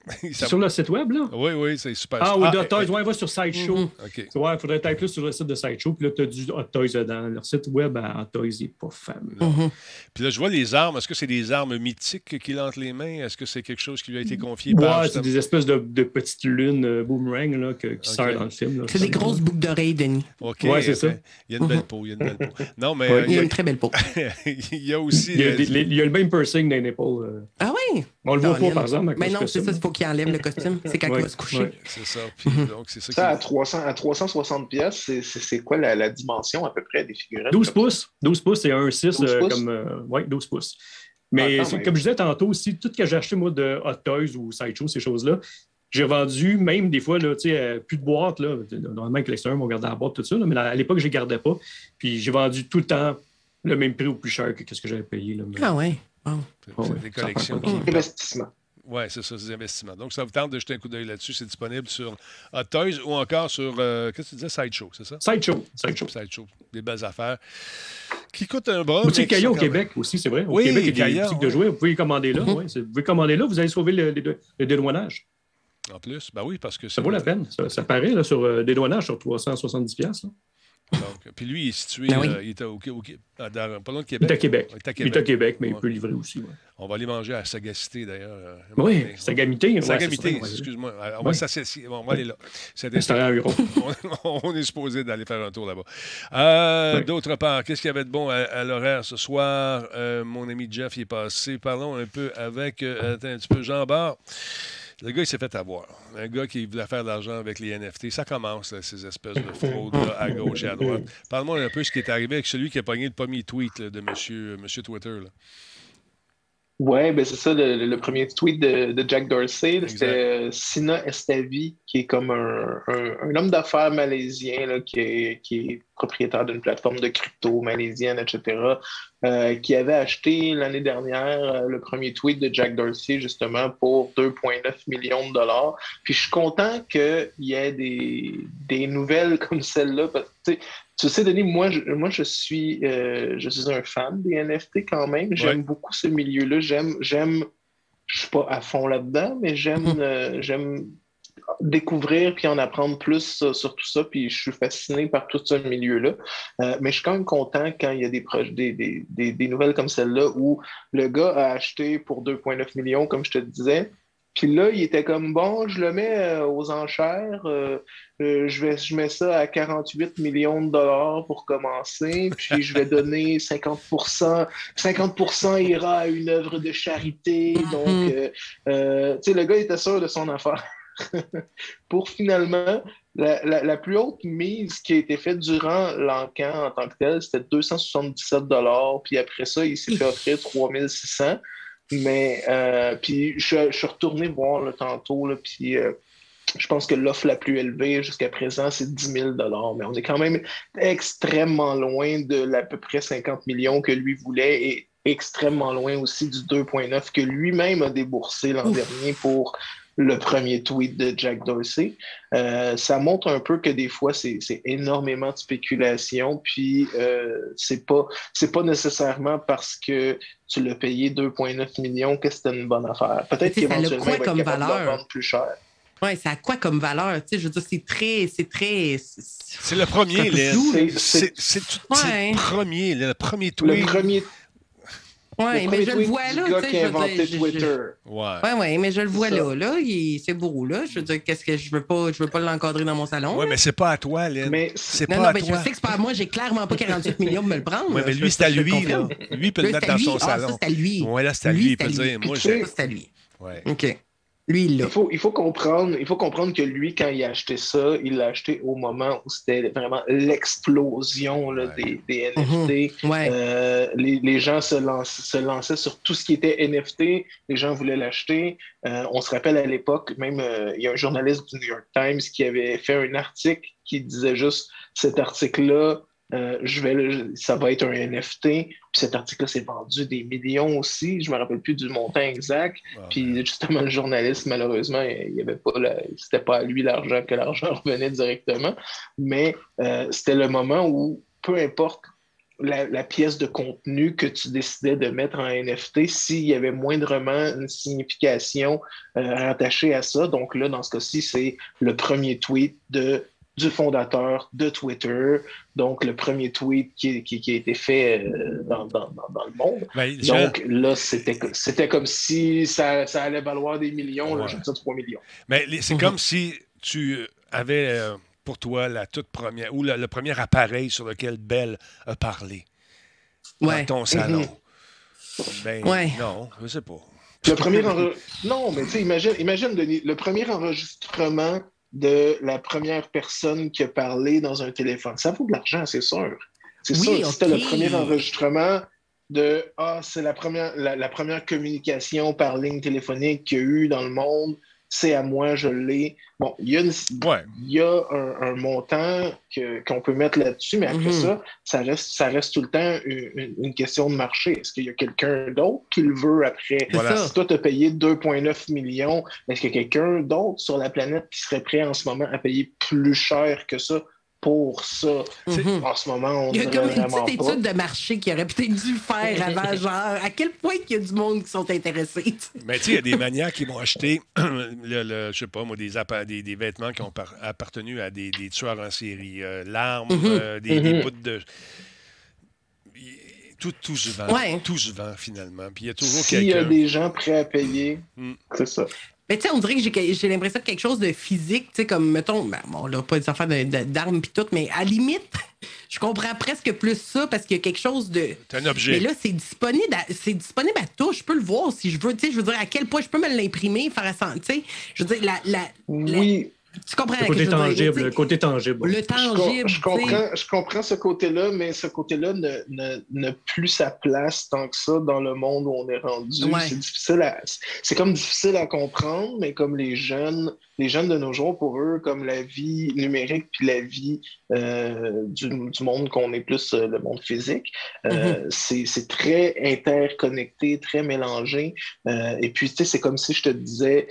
C'est sur le site web, là? Oui, c'est super. Ah oui, Hot Toys, ouais, va sur Sideshow. OK. Ouais, il faudrait être plus sur le site de Sideshow, puis là, tu as du Hot Toys dedans. Leur site web à Hot Toys, il n'est pas fameux. Puis là, je vois les armes. Est-ce que c'est des armes mythiques qu'il a entre les mains? Est-ce que c'est quelque chose qui lui a été confié par... Ouais, c'est des espèces de petites lunes boomerang là, qui sortent dans le film. Là. C'est des grosses boucles d'oreilles, Denis. OK. Ouais, c'est ça. Il y a une belle peau, Non, mais... Il y a une très belle peau. il y a aussi... Il y a le même piercing dans les épaules. Ah oui? On le voit pas, par exemple. Mais non, c'est ça, il faut qu'il enlève le costume. C'est quand il va se coucher. Ouais. C'est ça. Puis, donc, c'est ça Ça, à 360 pièces, c'est quoi la dimension à peu près des figurettes? 12 pouces. 12 pouces, c'est 1,6 comme... Oui, 12 pouces. Mais comme je disais tantôt aussi, tout ce que j'ai acheté, moi, de Hot Toys ou Sideshow, ces choses-là, j'ai vendu même des fois, là, plus de boîtes. Là. Normalement, avec l'extérieur, on gardait la boîte, tout ça. Là, mais à l'époque, je ne les gardais pas. Puis j'ai vendu tout le temps le même prix ou plus cher que ce que j'avais payé. Là, mais... Ah ouais. C'est des collections. Investissement. Oui, c'est ça, c'est des investissements. Donc, ça vous tente de jeter un coup d'œil là-dessus. C'est disponible sur Hot Toys ou encore sur, qu'est-ce que tu disais, Sideshow, c'est ça? Sideshow. Des belles affaires. Qui coûtent un bras. Boutique Kaya au Québec aussi, c'est vrai. Au Québec, il y a des boutiques de jouets. Vous pouvez y commander là. Vous pouvez commander là, vous allez sauver le dédouanage. En plus, ben oui, parce que ça vaut la peine. Ça paraît là, sur dédouanage sur 370$. Donc, puis lui, il est situé il est pas loin de Québec. Il est à Québec, mais il peut livrer aussi. Ouais. On va aller manger à Sagacité, d'ailleurs. Oui, Sagamité. Sagamité, excuse-moi. On va aller là. On est supposé d'aller faire un tour là-bas. D'autre part, qu'est-ce qu'il y avait de bon à l'horaire ce soir? Mon ami Jeff y est passé. Parlons un peu avec un petit peu Jean Bart. Le gars, il s'est fait avoir. Un gars qui voulait faire de l'argent avec les NFT. Ça commence, là, ces espèces de fraudes là, à gauche et à droite. Parle-moi un peu ce qui est arrivé avec celui qui a pogné le premier tweet là, de monsieur Twitter. Là. Oui, ben c'est ça, le premier tweet de Jack Dorsey. C'était Sina Estavi, qui est comme un homme d'affaires malaisien là, qui est propriétaire d'une plateforme de crypto malaisienne, etc., qui avait acheté l'année dernière le premier tweet de Jack Dorsey, justement, pour 2,9 millions de dollars. Puis je suis content qu'il y ait des nouvelles comme celle-là. Parce que, tu sais, Denis, moi, je suis un fan des NFT quand même. J'aime beaucoup ce milieu-là. Je suis pas à fond là-dedans, mais j'aime découvrir puis en apprendre plus sur tout ça, puis je suis fasciné par tout ce milieu-là. Mais je suis quand même content quand il y a des nouvelles comme celle-là où le gars a acheté pour 2,9 millions, comme je te disais. Puis là, il était comme, bon, je le mets aux enchères, je mets ça à 48 millions de dollars pour commencer, puis je vais donner 50%. 50% ira à une œuvre de charité. Donc, tu sais, le gars était sûr de son affaire. Pour finalement, la plus haute mise qui a été faite durant l'encan en tant que tel, c'était 277 $. Puis après ça, il s'est fait offrir 3600. Mais puis je suis retourné voir là, tantôt, là, puis je pense que l'offre la plus élevée jusqu'à présent, c'est 10 000 $. Mais on est quand même extrêmement loin de l'à peu près 50 millions que lui voulait et extrêmement loin aussi du 2,9 que lui-même a déboursé l'an dernier pour le premier tweet de Jack Dorsey. Ça montre un peu que des fois, c'est énormément de spéculation, puis c'est pas nécessairement parce que tu l'as payé 2,9 millions que c'était une bonne affaire. Peut-être qu'éventuellement, il va être capable de la vendre plus cher. Oui, ça a quoi comme valeur? Tu sais, je veux dire, c'est très... C'est le premier, c'est le premier tweet. Le premier oui, mais je le vois là. Le gars qui a inventé Twitter. Oui, mais je le vois là. C'est beau, là. Je veux dire, qu'est-ce que je veux pas l'encadrer dans mon salon. Oui, mais c'est pas à toi, Lynn. Mais c'est pas à toi. Je sais que c'est pas à moi. J'ai clairement pas 48 millions de me le prendre. Oui, mais lui, c'est à lui, là. Lui, il peut le mettre dans son salon. Ça, c'est à lui. Oui, là, c'est à lui. Il peut dire, moi, c'est à lui. Ouais. OK. Lui, il l'a. Il faut comprendre que lui, quand il a acheté ça, il l'a acheté au moment où c'était vraiment l'explosion là, des NFT. Les gens se lançaient sur tout ce qui était NFT. Les gens voulaient l'acheter. On se rappelle à l'époque, même il y a un journaliste du New York Times qui avait fait un article qui disait juste cet article-là, ça va être un NFT. Puis cet article-là s'est vendu des millions aussi. Je ne me rappelle plus du montant exact. Puis justement, le journaliste, malheureusement, c'était pas à lui l'argent, que l'argent revenait directement. Mais c'était le moment où, peu importe la pièce de contenu que tu décidais de mettre en NFT s'il y avait moindrement une signification rattachée à ça. Donc là, dans ce cas-ci, c'est le premier tweet du fondateur de Twitter, donc le premier tweet qui a été fait dans le monde. Ben, donc là, c'était comme si ça allait valoir des millions, là, je veux dire 3 millions. Mais c'est comme si tu avais pour toi la toute première, ou le premier appareil sur lequel Belle a parlé dans ton salon. Ben, non, je sais pas. Le premier Non, mais tu sais, imagine, Denis, le premier enregistrement de la première personne qui a parlé dans un téléphone. Ça vaut de l'argent, c'est sûr. C'est sûr. Okay. C'était le premier enregistrement de c'est la première communication par ligne téléphonique qu'il y a eu dans le monde. C'est à moi, je l'ai. Bon, il y a un montant qu'on peut mettre là-dessus, mais après ça reste tout le temps une question de marché. Est-ce qu'il y a quelqu'un d'autre qui le veut après? Voilà. Si toi, tu as payé 2,9 millions, est-ce qu'il y a quelqu'un d'autre sur la planète qui serait prêt en ce moment à payer plus cher que ça? Pour ça, en ce moment, on il y a comme une petite étude de marché qui aurait peut-être dû faire avant, genre, à quel point il y a du monde qui sont intéressés. Mais tu sais, il y a des maniaques qui vont acheter, je sais pas moi, des vêtements qui ont appartenu à des tueurs en série, l'arme, des bouts de... Tout se vend, tout se vend finalement. Puis il y a toujours s'il y a des gens prêts à payer, c'est ça. Mais tu sais, on dirait que j'ai l'impression que quelque chose de physique, tu sais, comme, mettons, on n'a pas des affaires d'armes pis tout, mais à la limite, je comprends presque plus ça parce qu'il y a quelque chose de... C'est un objet. Mais là, c'est disponible à tout. Je peux le voir si je veux, tu sais, je veux dire, à quel point je peux me l'imprimer, faire ça, tu sais, je veux dire, oui. Tu comprends le côté tangible, le côté tangible. Le tangible. Je comprends ce côté-là, mais ce côté-là n'a plus sa place tant que ça dans le monde où on est rendu. Ouais. C'est comme difficile à comprendre, mais comme les jeunes de nos jours, pour eux, comme la vie numérique puis la vie du monde qu'on est plus le monde physique, c'est très interconnecté, très mélangé. Et puis, tu sais, c'est comme si je te disais...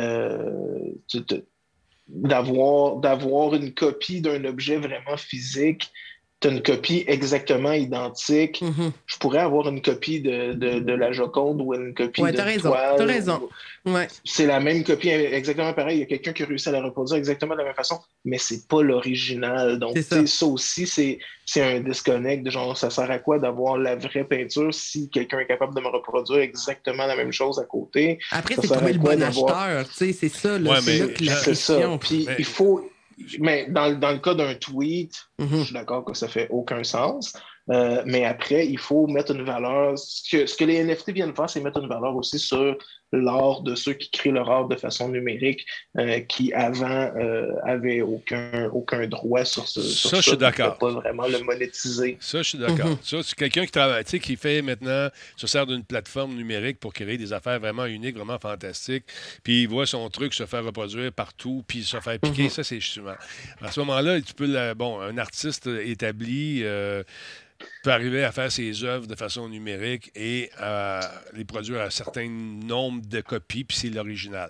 d'avoir une copie d'un objet vraiment physique, tu as une copie exactement identique. Je pourrais avoir une copie de la Joconde ou une copie de toile. T'as raison. Ouais. C'est la même copie exactement pareil. Il y a quelqu'un qui a réussi à la reproduire exactement de la même façon, mais c'est pas l'original. Donc, ça aussi, c'est un disconnect. Genre, ça sert à quoi d'avoir la vraie peinture si quelqu'un est capable de me reproduire exactement la même chose à côté? Après, c'est trouver le bon acheteur. C'est ça. Là, c'est là que la question. Puis, il faut... Mais dans le cas d'un tweet, je suis d'accord que ça fait aucun sens. Mais après, il faut mettre une valeur. Ce que les NFT viennent faire, c'est mettre une valeur aussi sur l'art de ceux qui créent leur art de façon numérique, qui avant avaient aucun droit sur ce. Ça, je suis d'accord. Pas vraiment le monétiser. Ça, je suis d'accord. Ça, c'est quelqu'un qui travaille, tu sais, qui fait maintenant, se sert d'une plateforme numérique pour créer des affaires vraiment uniques, vraiment fantastiques. Puis il voit son truc se faire reproduire partout, puis se faire piquer. Ça, c'est justement. À ce moment-là, tu peux, un artiste établi. Peut arriver à faire ses œuvres de façon numérique et les produire à un certain nombre de copies, puis c'est l'original.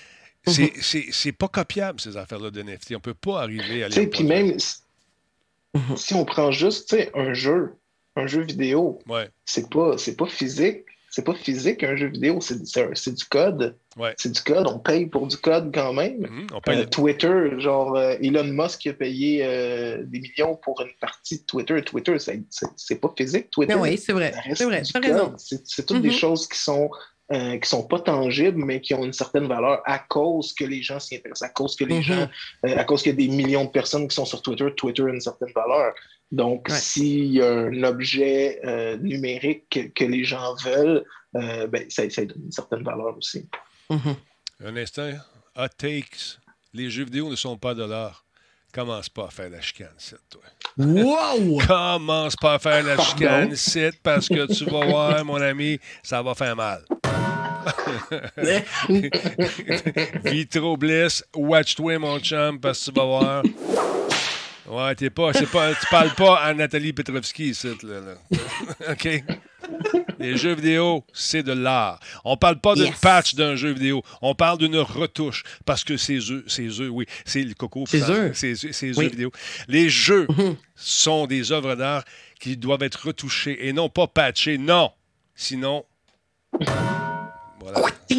C'est pas copiable, ces affaires-là de NFT. On peut pas arriver à les puis même, si on prend juste un jeu vidéo, c'est pas physique. C'est pas physique, un jeu vidéo, c'est du code. Ouais. C'est du code, on paye pour du code quand même. On paye Twitter, genre Elon Musk a payé des millions pour une partie de Twitter. Twitter, c'est pas physique, Twitter. Oui, c'est vrai. C'est vrai, t'as raison. C'est toutes des choses qui sont pas tangibles, mais qui ont une certaine valeur à cause que les gens s'y intéressent, à cause que les gens, à cause qu'il y a des millions de personnes qui sont sur Twitter, Twitter a une certaine valeur. Donc, s'il y a un objet numérique que les gens veulent, ça donne une certaine valeur aussi. Un instant. Hot takes. Les jeux vidéo ne sont pas de l'art. Commence pas à faire la chicane, c'est toi. Wow! Commence pas à faire la chicane, c'est parce que tu vas voir, mon ami, ça va faire mal. Vitro Bliss, watch-toi, mon chum, parce que tu vas voir. Ouais, tu parles pas à Nathalie Petrovski ici, là. OK? Les jeux vidéo, c'est de l'art. On parle pas d'une patch d'un jeu vidéo. On parle d'une retouche. Parce que c'est le coco. C'est eux. C'est jeux vidéo. Les jeux sont des œuvres d'art qui doivent être retouchées et non pas patchées. Non. Sinon, voilà.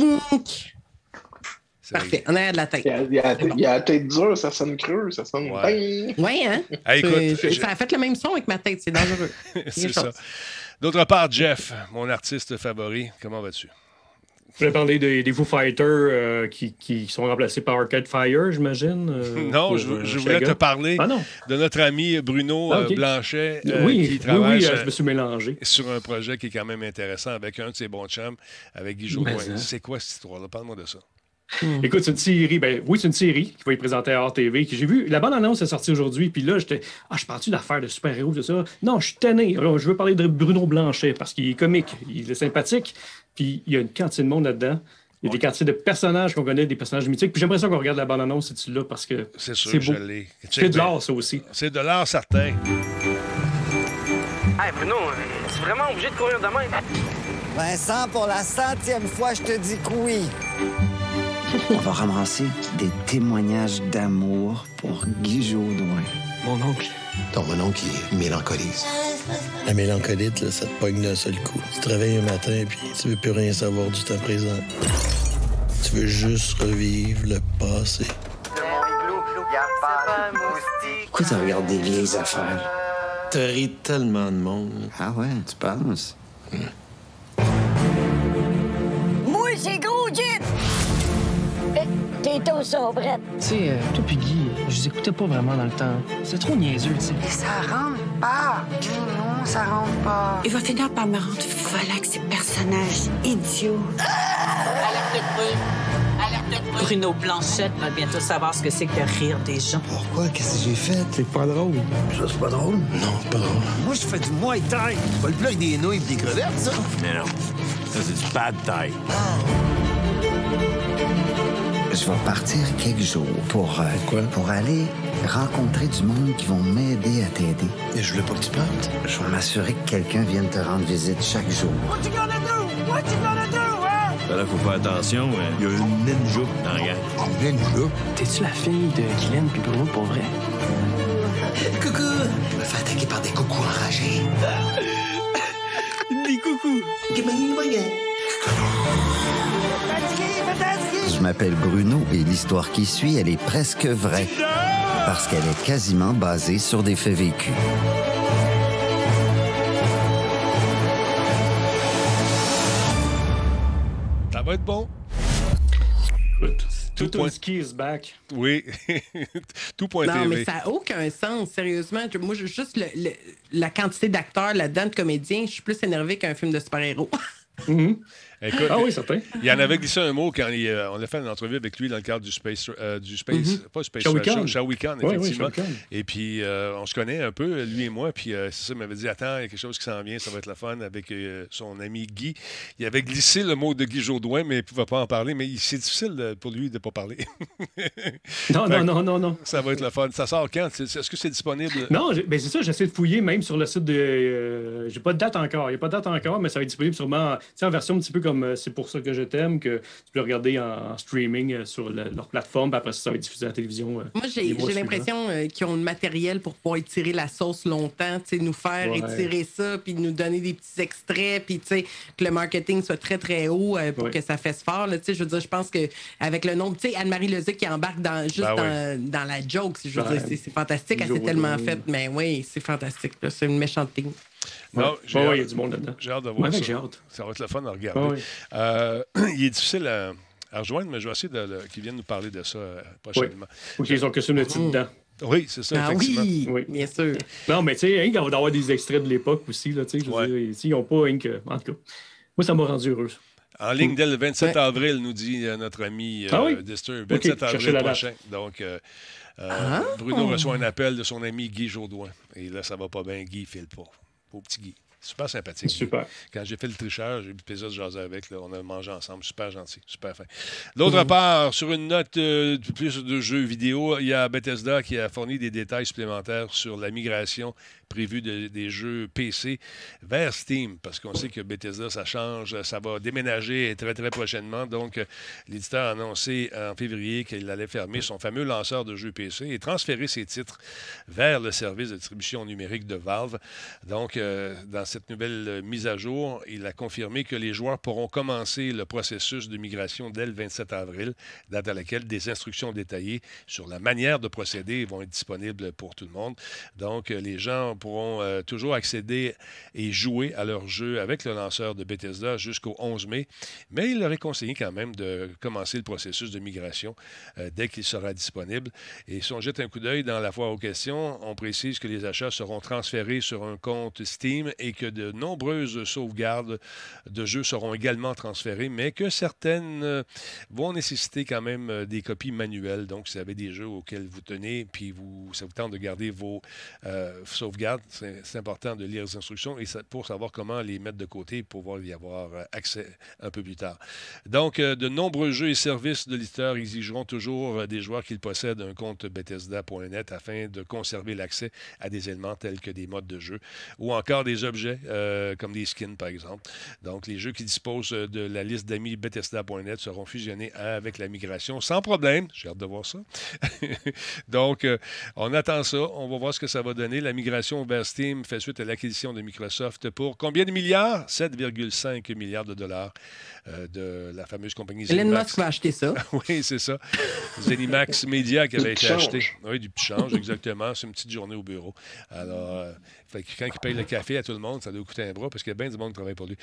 Parfait, on a de la tête. Il y a la tête dure, ça sonne creux, ça sonne bien. Oui, hein? Hey, écoute, ça a fait le même son avec ma tête, c'est dangereux. C'est ça. D'autre part, Jeff, mon artiste favori, comment vas-tu? Je voulais parler des Foo Fighters qui sont remplacés par Arcade Fire, j'imagine. Non, je voulais te parler de notre ami Bruno Blanchet qui travaille je me suis mélangé. Sur un projet qui est quand même intéressant avec un de ses bons chums, avec Guy Jodoin. C'est quoi cette histoire-là? Parle-moi de ça. Écoute, c'est une série. C'est une série qui va être présentée à RTV. J'ai vu, la bande-annonce est sortie aujourd'hui, puis là, j'étais. Je parle-tu d'affaires de super-héros, tout ça? Non, je suis tanné. Alors, je veux parler de Bruno Blanchet parce qu'il est comique, il est sympathique, puis il y a une quantité de monde là-dedans. Il y a des quantités de personnages qu'on connaît, des personnages mythiques. Puis j'aimerais ça qu'on regarde la bande-annonce, c'est là, parce que. C'est sûr, c'est beau. je l'ai. C'est de l'art, ça aussi. C'est de l'art, certain. Hey, Bruno, es-tu vraiment obligé de courir de même? Vincent, pour la 100e fois, je te dis que oui. On va ramasser des témoignages d'amour pour Guy Jodoin. Mon oncle. Mon oncle, il mélancolise. La mélancolite, là, ça te pogne d'un seul coup. Tu te réveilles un matin puis tu veux plus rien savoir du temps présent. Tu veux juste revivre le passé. De mon igloo, y a pas de moustique. Pourquoi tu regardes des vieilles affaires? T'as ri tellement de monde. Ah ouais, tu penses? Moi, c'est gros Jit! T'es au sombrette. Tu sais, toi pis Guy, je vous écoutais pas vraiment dans le temps. C'est trop niaiseux, tu sais. Et ça rentre pas. Non, ça rentre pas. Il va finir par me rendre folle avec ces personnages idiots. Alerte Bruno Blanchette va bientôt savoir ce que c'est que de rire des gens. Pourquoi? Qu'est-ce que j'ai fait? C'est pas drôle. Ça, c'est pas drôle? Non, c'est pas drôle. Moi, je fais du Muay Thai. Pas le plat avec des nouilles et des crevettes, ça? Mais non. Ça, c'est du pad thai. Je vais partir quelques jours pour aller rencontrer du monde qui vont m'aider à t'aider. Et je voulais pas que tu partes. Je vais m'assurer que quelqu'un vienne te rendre visite chaque jour. What you gonna do? What you gonna do, hein? Là, faut faire attention. Il y a une ninja dans la gang. Une ninja? T'es-tu la fille de Guylaine puis Bruno pour vrai? Coucou! Je me fais attaquer par des coucous enragés. Des coucous! Je m'appelle Bruno et l'histoire qui suit, elle est presque vraie. Parce qu'elle est quasiment basée sur des faits vécus. Ça va être bon. Tout ski is back. Oui. Tout.tv. Non, mais ça n'a aucun sens, sérieusement. Moi, juste la quantité d'acteurs là-dedans, de comédiens, je suis plus énervé qu'un film de super-héros. Écoute, oui, certain. Il en avait glissé un mot quand on a fait une entrevue avec lui dans le cadre du Space pas Space Show Weekend, effectivement. Et puis, on se connaît un peu, lui et moi, puis c'est ça, il m'avait dit, attends, il y a quelque chose qui s'en vient, ça va être le fun avec son ami Guy. Il avait glissé le mot de Guy Jodoin, mais il ne pouvait pas en parler, mais c'est difficile pour lui de ne pas parler. Non. Ça va être le fun. Ça sort quand? Est-ce que c'est disponible? Non, c'est ça, j'essaie de fouiller même sur le site de... j'ai pas de date encore, il n'y a pas de date encore, mais ça va être disponible sûrement en version un petit peu comme C'est pour ça que je t'aime, que tu peux regarder en streaming sur leur plateforme, puis après ça va être diffusé à la télévision. Moi, j'ai l'impression qu'ils ont le matériel pour pouvoir étirer la sauce longtemps, nous faire étirer ça, puis nous donner des petits extraits, puis que le marketing soit très, très haut pour que ça fasse fort. Là, je veux dire, je pense qu'avec le nombre, Anne-Marie Lozic qui embarque dans la joke, je veux dire, c'est fantastique, elle s'est tellement faite, mais oui, c'est fantastique. Là, c'est une méchante ligne. Non, il y a du monde là-dedans. J'ai hâte de voir ça. J'ai hâte. Ça va être le fun à regarder. Il est difficile à rejoindre, mais je vais essayer qu'ils viennent nous parler de ça prochainement. Ou qu'ils ont costume de titre dedans. Oui, c'est ça, effectivement. Oui, bien sûr. Non, mais tu sais, il va y avoir des extraits de l'époque aussi. Là, je veux dire, ils n'ont pas... En tout cas, moi, ça m'a rendu heureux. En ligne dès le 27 avril, nous dit notre ami Disturb. 27 avril prochain. Donc, Bruno reçoit un appel de son ami Guy Jodoin. Et là, ça va pas bien. Guy file pas. Pauvre petit Guy. Super sympathique. Super. Quand j'ai fait le tricheur, j'ai eu le plaisir de jaser avec. Là, on a mangé ensemble. Super gentil, super fin. D'autre part, sur une note plus de jeux vidéo, il y a Bethesda qui a fourni des détails supplémentaires sur la migration prévue des jeux PC vers Steam, parce qu'on sait que Bethesda, ça change, ça va déménager très, très prochainement. Donc, l'éditeur a annoncé en février qu'il allait fermer son fameux lanceur de jeux PC et transférer ses titres vers le service de distribution numérique de Valve. Donc, dans cette nouvelle mise à jour, il a confirmé que les joueurs pourront commencer le processus de migration dès le 27 avril, date à laquelle des instructions détaillées sur la manière de procéder vont être disponibles pour tout le monde. Donc, les gens pourront toujours accéder et jouer à leur jeu avec le lanceur de Bethesda jusqu'au 11 mai, mais il leur est conseillé quand même de commencer le processus de migration dès qu'il sera disponible. Et si on jette un coup d'œil dans la foire aux questions, on précise que les achats seront transférés sur un compte Steam et que de nombreuses sauvegardes de jeux seront également transférées, mais que certaines vont nécessiter quand même des copies manuelles. Donc, si vous avez des jeux auxquels vous tenez, puis ça vous tente de garder vos sauvegardes, c'est important de lire les instructions et pour savoir comment les mettre de côté pour pouvoir y avoir accès un peu plus tard. Donc, de nombreux jeux et services de l'éditeur exigeront toujours des joueurs qui possèdent un compte Bethesda.net afin de conserver l'accès à des éléments tels que des modes de jeu ou encore des objets comme des skins, par exemple. Donc, les jeux qui disposent de la liste d'amis Bethesda.net seront fusionnés avec la migration sans problème. J'ai hâte de voir ça. Donc, on attend ça. On va voir ce que ça va donner. La migration vers Steam fait suite à l'acquisition de Microsoft pour combien de milliards? 7,5 milliards de dollars de la fameuse compagnie Elon Musk va acheter ça. Oui, c'est ça. Zenimax Media qui avait été acheté. Oui, du petit change, exactement. C'est une petite journée au bureau. Alors, fait que quand il paye le café à tout le monde, ça doit coûter un bras parce qu'il y a bien du monde qui travaille pour lui.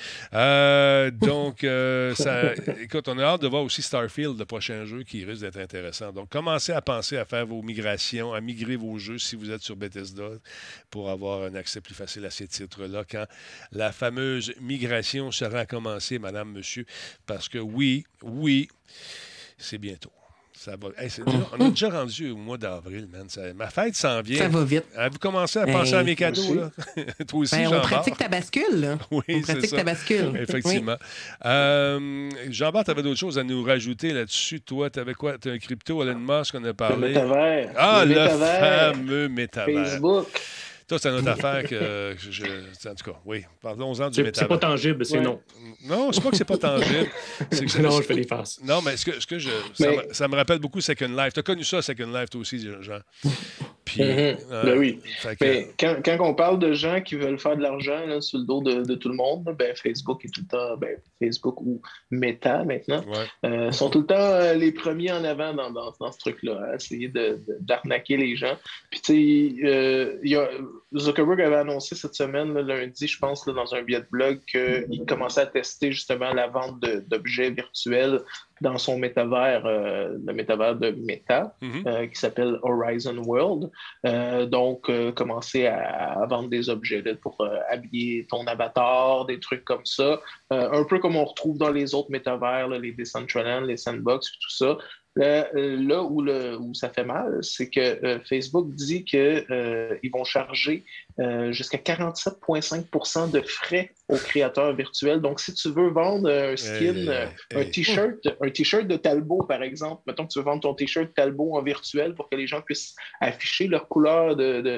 Écoute, on a hâte de voir aussi Starfield, le prochain jeu qui risque d'être intéressant. Donc, commencez à penser à faire vos migrations, à migrer vos jeux si vous êtes sur Bethesda pour avoir un accès plus facile à ces titres-là quand la fameuse migration sera commencée, madame, monsieur, parce que oui, c'est bientôt. Ça va. Hey, on est déjà rendu au mois d'avril, man. Ma fête s'en vient. Ça va vite. Vous commencez à penser à mes cadeaux, là? Toi aussi, on pratique ta bascule, là. Oui, on pratique ta bascule. Effectivement. Oui. Jean-Bart, tu avais d'autres choses à nous rajouter là-dessus. Toi, tu avais quoi? Tu as un crypto, Elon Musk, on a parlé. Le métavers. Ah, le fameux métavers. Facebook. Toi, c'est une autre affaire que en tout cas, oui. Parlons-en du métavers. C'est pas tangible, c'est non. Non, c'est pas que c'est pas tangible. Non, je fais des faces. Non, mais ça me rappelle beaucoup Second Life. Tu as connu ça, Second Life, toi aussi, Jean? Puis, ben oui. Mais quand on parle de gens qui veulent faire de l'argent là, sur le dos de tout le monde, ben Facebook est tout le temps, Facebook ou Meta maintenant, sont tout le temps les premiers en avant dans ce truc-là, à essayer d'arnaquer les gens. Puis tu sais, Zuckerberg avait annoncé cette semaine, lundi, je pense, là, dans un billet de blog, qu'il commençait à tester justement la vente d'objets virtuels dans son métavers, le métavers de Meta, qui s'appelle Horizon World. Donc, commencer à vendre des objets là, pour habiller ton avatar, des trucs comme ça. Un peu comme on retrouve dans les autres métavers, là, les Decentraland, les Sandbox, tout ça. Là où ça fait mal, c'est que Facebook dit qu'ils vont charger jusqu'à 47,5% de frais aux créateurs virtuels. Donc, si tu veux vendre un skin, un t-shirt de Talbot, par exemple, mettons que tu veux vendre ton t-shirt Talbot en virtuel pour que les gens puissent afficher leur couleur de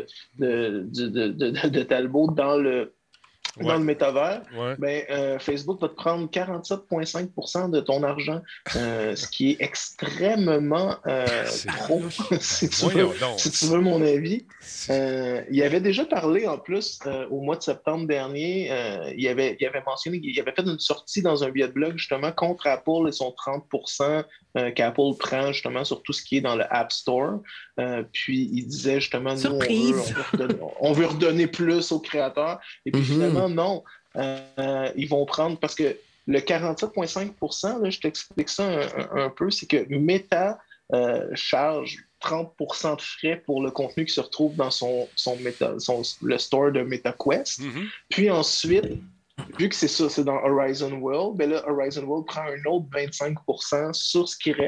Talbot dans le métavers, Facebook va te prendre 47,5% de ton argent, ce qui est extrêmement trop, si tu veux mon avis. Il avait déjà parlé, en plus, au mois de septembre dernier, il avait mentionné qu'il avait fait une sortie dans un billet de blog, justement, contre Apple et son 30% qu'Apple prend, justement, sur tout ce qui est dans le App Store. Puis, il disait, justement, nous, on veut redonner plus aux créateurs. Et puis, finalement, non. Ils vont prendre, parce que le 47,5%, là, je t'explique ça un peu, c'est que Meta charge 30% de frais pour le contenu qui se retrouve dans le store de MetaQuest. Puis ensuite, vu que c'est ça, c'est dans Horizon World, ben là, Horizon World prend un autre 25% sur ce qui reste.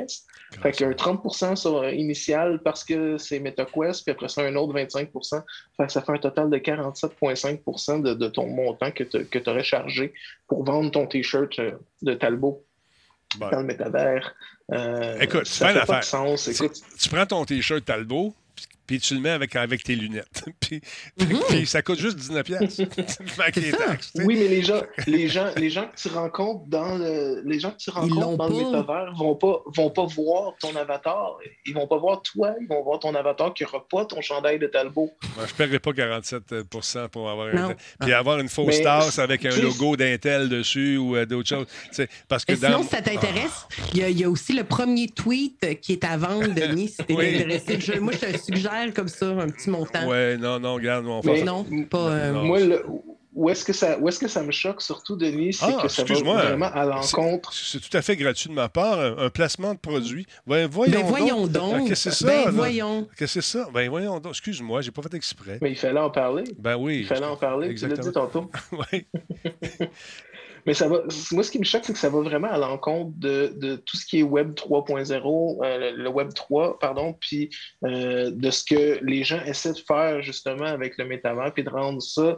Fait qu'un 30% initial parce que c'est MetaQuest, puis après ça, un autre 25%. Fait que ça fait un total de 47,5% de ton montant que tu aurais chargé pour vendre ton T-shirt de Talbot dans le métavers. Écoute, ça fait pas de sens. Écoute, tu prends ton T-shirt Talbot, puis tu le mets avec tes lunettes. puis ça coûte juste 19$. Avec les taxes. Oui, mais les gens que tu rencontres dans le métavers vont pas voir ton avatar. Ils vont pas voir toi, ils vont voir ton avatar qui n'aura pas ton chandail de Talbot. Moi, je ne paierais pas 47% pour avoir puis avoir une fausse tasse avec un logo d'Intel dessus ou d'autres choses. Parce que sinon, si ça t'intéresse, il y a aussi le premier tweet qui est à vendre, Denis, si t'es intéressé. Moi, je te suggère comme ça, un petit montant. Oui, non, regarde. Non, pas... Moi, où est-ce que ça me choque, surtout, Denis, c'est que ça va vraiment à l'encontre. C'est tout à fait gratuit de ma part, un placement de produit. Voyons donc. Qu'est-ce que c'est ça? Voyons. Qu'est-ce que c'est ça? Voyons donc. Excuse-moi, j'ai pas fait exprès. Mais il fallait en parler. Ben oui. Il fallait en parler. Exactement. Tu l'as dit tantôt. Oui. Mais moi, ce qui me choque, c'est que ça va vraiment à l'encontre de tout ce qui est Web 3.0, le Web 3, pardon, puis de ce que les gens essaient de faire justement avec le métavers, puis de rendre ça...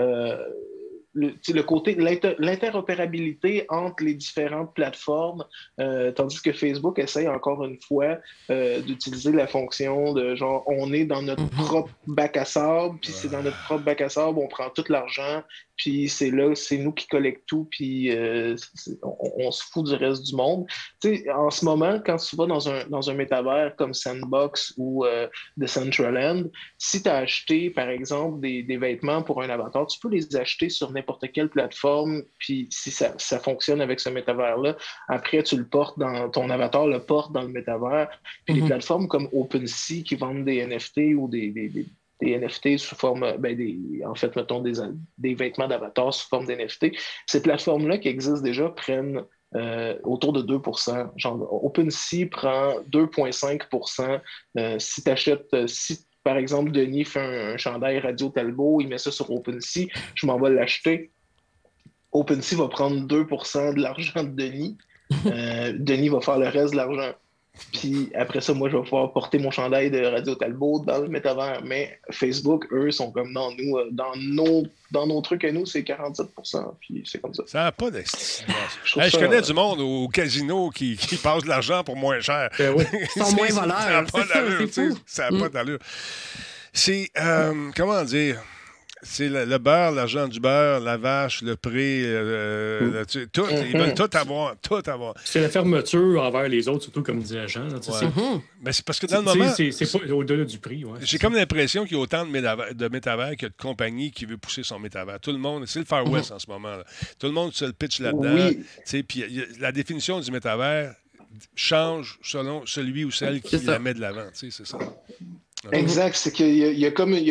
le côté, l'interopérabilité entre les différentes plateformes, tandis que Facebook essaye encore une fois d'utiliser la fonction de genre, on est dans notre propre bac à sable, puis c'est dans notre propre bac à sable, on prend tout l'argent, puis c'est nous qui collectons tout, puis on se fout du reste du monde. Tu sais, en ce moment, quand tu vas dans un métavers comme Sandbox ou Decentraland, si tu as acheté, par exemple, des vêtements pour un avatar, tu peux les acheter sur n'importe quelle plateforme, puis si ça fonctionne avec ce métavers-là, après, tu le portes ton avatar le porte dans le métavers. Puis des plateformes comme OpenSea qui vendent des NFT ou des NFT sous forme, mettons des vêtements d'avatar sous forme d'NFT. Ces plateformes-là qui existent déjà prennent autour de 2%. Genre, OpenSea prend 2,5%. Si tu achètes, par exemple, Denis fait un chandail Radio Talbot, il met ça sur OpenSea, je m'en vais l'acheter. OpenSea va prendre 2% de l'argent de Denis. Denis va faire le reste de l'argent. Puis après ça, moi, je vais pouvoir porter mon chandail de Radio Talbot dans le métavers. Mais Facebook, eux, sont comme dans nous, dans nos trucs à nous, c'est 47%. Puis c'est comme ça. Ça n'a pas d'estimation. Je connais du monde au casino qui passe de l'argent pour moins cher. Oui. Ils sont moins voleurs. Ça n'a pas d'allure. Ça n'a pas d'allure. C'est, comment dire... C'est le beurre, l'argent du beurre, la vache, le prix, tout. Ils veulent tout avoir. C'est la fermeture envers les autres, surtout comme disait Jean. Mais c'est parce que dans le moment... C'est pas au-delà du prix. Ouais, j'ai comme l'impression qu'il y a autant de métavers que de compagnies qui veulent pousser son métavers. Tout le monde... C'est le Far West en ce moment. Là. Tout le monde se le pitch là-dedans. Oui. Puis la définition du métavers change selon celui ou celle qui la met de l'avant. C'est ça. Exact. C'est qu'il y a comme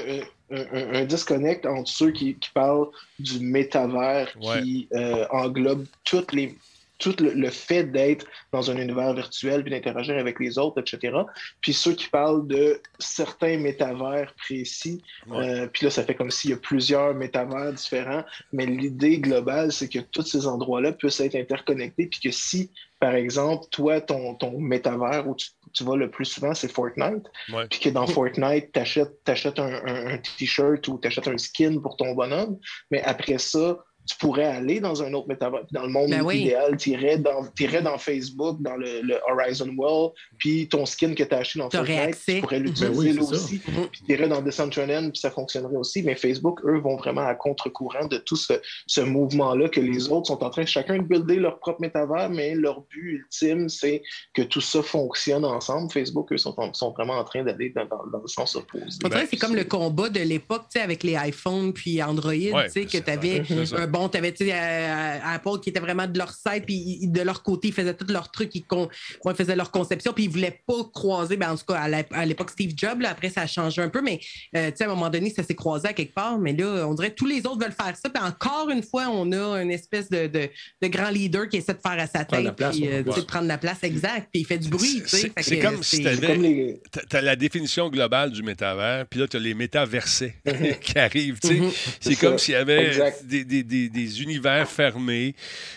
un disconnect entre ceux qui parlent du métavers qui englobe tout le fait d'être dans un univers virtuel puis d'interagir avec les autres, etc. Puis ceux qui parlent de certains métavers précis. Puis là, ça fait comme s'il y a plusieurs métavers différents. Mais l'idée globale, c'est que tous ces endroits-là puissent être interconnectés puis que si, par exemple, toi, ton métavers où tu vas le plus souvent, c'est Fortnite. Puis que dans Fortnite, tu achètes un T-shirt ou tu achètes un skin pour ton bonhomme. Mais après ça, tu pourrais aller dans un autre métavers. Dans le monde idéal, tu irais dans Facebook, dans le Horizon World, puis ton skin que tu as acheté dans Fortnite, tu pourrais l'utiliser là aussi. Puis tu irais dans Decentraland, puis ça fonctionnerait aussi. Mais Facebook, eux, vont vraiment à contre-courant de tout ce mouvement-là que les autres sont en train, chacun de builder leur propre métavers, mais leur but ultime, c'est que tout ça fonctionne ensemble. Facebook, eux, sont vraiment en train d'aller dans le sens opposé. C'est comme le combat de l'époque, avec les iPhones puis Android, que tu avais tu avais Apple qui était vraiment de leur site, puis de leur côté, ils faisaient tous leurs trucs, ils faisaient leur conception, puis ils ne voulaient pas croiser, en tout cas, à l'époque Steve Jobs, là, après ça a changé un peu, mais à un moment donné, ça s'est croisé à quelque part, mais là, on dirait que tous les autres veulent faire ça, puis encore une fois, on a une espèce de grand leader qui essaie de faire à sa tête, puis de prendre la place, exact, puis il fait du bruit. C'est comme si tu as la définition globale du métavers, puis là, tu as les métaversés qui arrivent. C'est comme s'il y avait des univers fermés